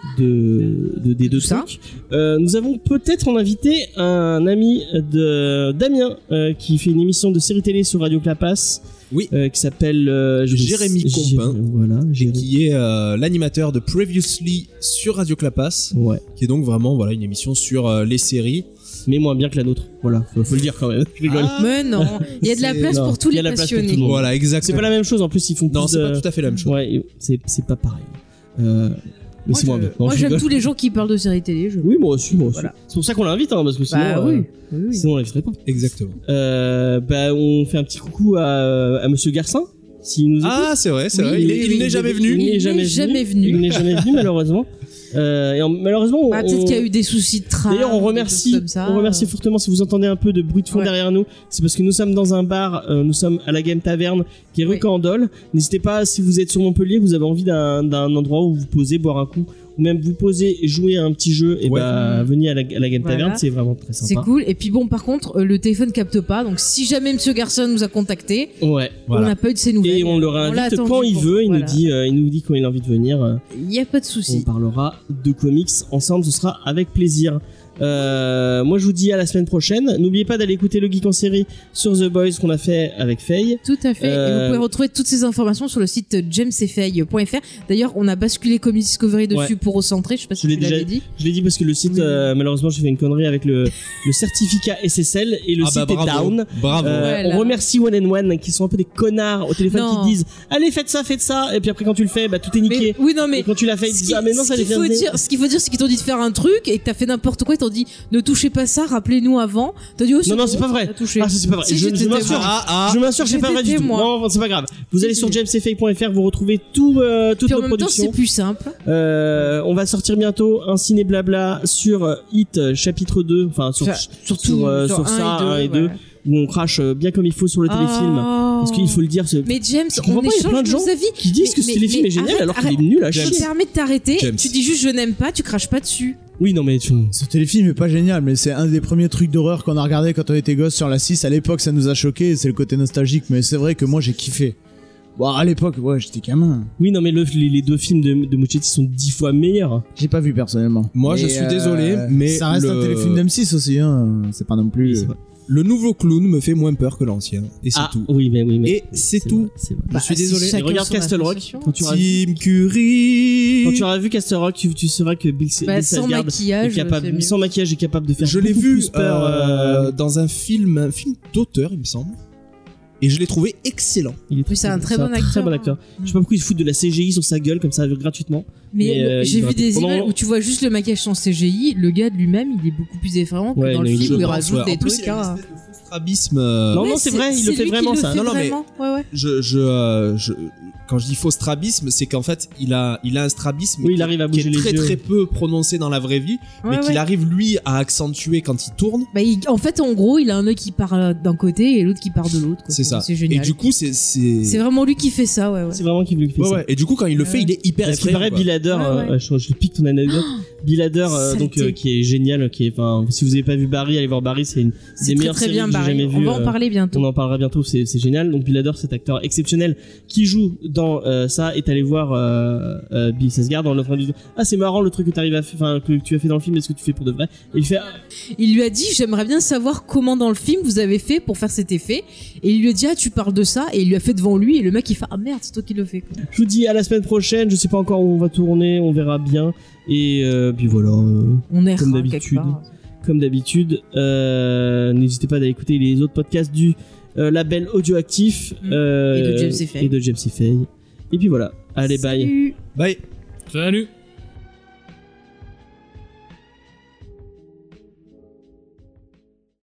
De, de- des deux Tout ça. trucs. Euh, nous avons peut-être en invité un ami de Damien euh, qui fait une émission de série télé sur Radio Clapas. Oui. Euh, qui s'appelle euh, je vais- Jérémy Jé- Compin. Voilà. Et Jérémy. qui est euh, l'animateur de Previously sur Radio Clapas, Ouais. qui est donc vraiment voilà une émission sur euh, les séries. Mais moins bien que la nôtre. Voilà. Faut, faut le dire quand même. Je rigole. Ah, Mais non, il y a de la C'est- place non, pour tous il y a les la place pour passionnés. tout le monde. Voilà, C'est exactement. pas la même chose. En plus, ils font Non, plus c'est de- pas tout à fait la même chose. Ouais, c'est c'est pas pareil. Euh, mais Moi, c'est moins je- bien. Non, moi, je j'aime rigole. tous les gens qui parlent de séries télé. Je... Oui, moi aussi, moi aussi. Voilà. C'est pour ça qu'on l'invite, hein, parce que sinon, Bah euh, oui. oui, oui. sinon on l'inviterait pas. Exactement. Euh, bah, on fait un petit coucou à, à Monsieur Garcin, s'il nous écoute. Ah, c'est vrai, c'est Oui, vrai. Il, oui, est- il oui, n'est oui, jamais oui, venu. oui. Il n'est jamais, jamais venu. venu. Il n'est jamais venu, malheureusement. Euh, et en- malheureusement, Bah, on- peut-être qu'il y a eu des soucis de travail. D'ailleurs, on remercie, comme ça. on remercie fortement si vous entendez un peu de bruit de fond Ouais. derrière nous. C'est parce que nous sommes dans un bar, euh, nous sommes à la Game Taverne, qui est rue Oui. Candole. N'hésitez pas, si vous êtes sur Montpellier, vous avez envie d'un, d'un endroit où vous posez, boire un coup, ou même vous poser et jouer à un petit jeu, et Ouais. bah, venez à la, à la Game Voilà. Taverne, c'est vraiment très C'est sympa. cool. Et puis bon, par contre, euh, le téléphone capte pas. Donc si jamais Monsieur Garçon nous a contacté, Ouais. on Voilà. n'a pas eu de ses nouvelles. Et on le On l'a réinvite attendu quand il pour- veut, il voilà. nous dit, euh, il nous dit quand il a envie de venir. euh, Il n'y a pas de On souci. parlera de comics ensemble, ce sera avec plaisir. Euh, moi je vous dis à la semaine prochaine. N'oubliez pas d'aller écouter le Geek en série sur The Boys qu'on a fait avec Faye. Tout à fait. Euh, Et vous pouvez retrouver toutes ces informations sur le site james et faye point f r. D'ailleurs, on a basculé Comic Discovery dessus Ouais. pour recentrer. Je sais pas si Je l'ai tu l'avais déjà dit. Je l'ai dit parce que le site, Oui. euh, malheureusement j'ai fait une connerie avec le, le certificat S S L et le Ah site bah, est bravo. down. Bravo. Euh, Ouais, là. on remercie One and One qui sont un peu des connards au téléphone Non. qui te disent allez faites ça, faites ça et puis après quand tu le fais bah tout est niqué. Mais, oui, non, Et mais. quand tu l'as fait ils Ce disent qui- ah mais non ce ça qu'il les faut vient de dire, ce qu'il faut dire, c'est qu'ils t'ont dit de faire un truc et que t'as fait n'importe quoi. Ils t'ont dit ne touchez pas ça, rappelez-nous avant. T'as dit oh, Non, non, bon, c'est pas vrai. t'as touché. Ah, ça, c'est pas vrai. Si, Je- j'étais je m'assure. témoin. Ah, ah. Je m'assure que c'est pas J'étais vrai du tout. témoin. Non, c'est pas grave. Vous allez Si, sur si. james et faye point f r, vous retrouvez tout, euh, toutes Puis en nos même temps, productions. c'est plus simple. Euh, on va sortir bientôt un ciné blabla sur euh, Hit euh, chapitre deux, enfin sur, Enfin, surtout sur, euh, sur sur un ça et deux, un et deux, ouais. où on crache euh, bien comme il faut sur le téléfilm. Oh. Parce qu'il faut le dire, c'est- Mais James, Je comprends on pas, il y a échange plein de gens nos avis. qui disent Mais- que ce mais- téléfilm mais est génial arrête, alors qu'il arrête. est nul à Je chier. me permets de t'arrêter. James. Tu dis juste je n'aime pas, tu craches pas dessus. Oui, non mais tu... Ce téléfilm est pas génial, mais c'est un des premiers trucs d'horreur qu'on a regardé quand on était gosse sur la six. À l'époque, ça nous a choqué, c'est le côté nostalgique, mais c'est vrai que moi j'ai kiffé. Bon, à l'époque, ouais, j'étais gamin. Oui, non mais le- les, les deux films de, de Muschietti sont dix fois meilleurs. J'ai pas vu personnellement. Moi, je Mais, suis désolé, mais ça reste le- un téléfilm d'M six aussi, hein. C'est pas non plus. C'est vrai. Le nouveau clown me fait moins peur que l'ancien. Et c'est Ah tout. oui, mais oui, mais Et c'est tout. vrai, c'est vrai. Je suis si désolé. Et chacun regarde son Castle Rock. appréciation. Quand tu auras vu, Tim Curry. quand tu auras vu Castle Rock, tu, tu sauras que Bill, Bah, Bill sans Skarsgård maquillage, est capable, c'est mieux. sans maquillage, est capable de faire Je l'ai beaucoup vu plus peur. euh, euh, dans un film, un film d'auteur, il me semble. Et je l'ai trouvé excellent. Il est Oui, c'est un très bon Très acteur. bon acteur. Je sais pas pourquoi ils foutent de la C G I sur sa gueule comme ça gratuitement. Mais, Mais, euh, j'ai il vu va- des pendant- images où tu vois juste le maquillage sans C G I. Le gars de lui-même, il est beaucoup plus effrayant Ouais, que dans le mais film je où il pense, rajoute ouais. des En plus, trucs. il a une hein. espèce de faux strabisme. euh, Non, Ouais, non, c'est vrai, il le fait lui qui vraiment, ça. fait Non, non, mais- vraiment. Ouais, ouais. Je, je, euh, je, quand je dis faux strabisme, c'est qu'en fait, il a, il a un strabisme Oui, il qui, arrive à qui bouger est les très yeux. très peu prononcé dans la vraie vie, Ouais, mais qu'il ouais. arrive lui à accentuer quand il tourne. Bah, il- en fait, en gros, il a un œil qui part d'un côté et l'autre qui part de l'autre. quoi. C'est ça. C'est Et génial. du coup, c'est, c'est. C'est vraiment lui qui fait ça, ouais, ouais. C'est vraiment qui veut fait Ouais, ça. ouais. Et du coup, quand il le fait, Ouais. il est hyper Parce qu'il effrayant. paraît quoi. Bill Hader, Ouais, euh, ouais. je, je pique ton anecdote. Bill Hader, euh, donc Saleté. euh, qui est génial, qui est, enfin, si vous avez pas vu Barry, allez voir Barry, c'est une C'est des très meilleures très séries bien que j'ai barré. jamais On vues. va en euh, parler bientôt. On en parlera bientôt, c'est c'est génial. Donc Bill Hader, cet acteur exceptionnel qui joue dans euh, ça, est allé voir euh, euh, Bill Skarsgård en train de dire ah c'est marrant le truc que t'arrives à faire, enfin que tu as fait dans le film, est-ce que tu fais pour de vrai? Et il fait ah, Il lui a dit j'aimerais bien savoir comment dans le film vous avez fait pour faire cet effet. Et il lui a dit ah tu parles de ça et il lui a fait devant lui et le mec il fait ah merde c'est toi qui le fais. Quoi. je vous dis à la semaine prochaine. Je sais pas encore où on va tourner, on verra bien. Et euh, puis voilà. euh, On est Comme ras d'habitude. quelque part. Comme d'habitude, euh, n'hésitez pas à aller écouter les autres podcasts du euh, label Audioactif Mm. euh, Et de James et Faye. et de James et Faye. Et puis voilà. Allez, bye. Salut. Bye. Salut.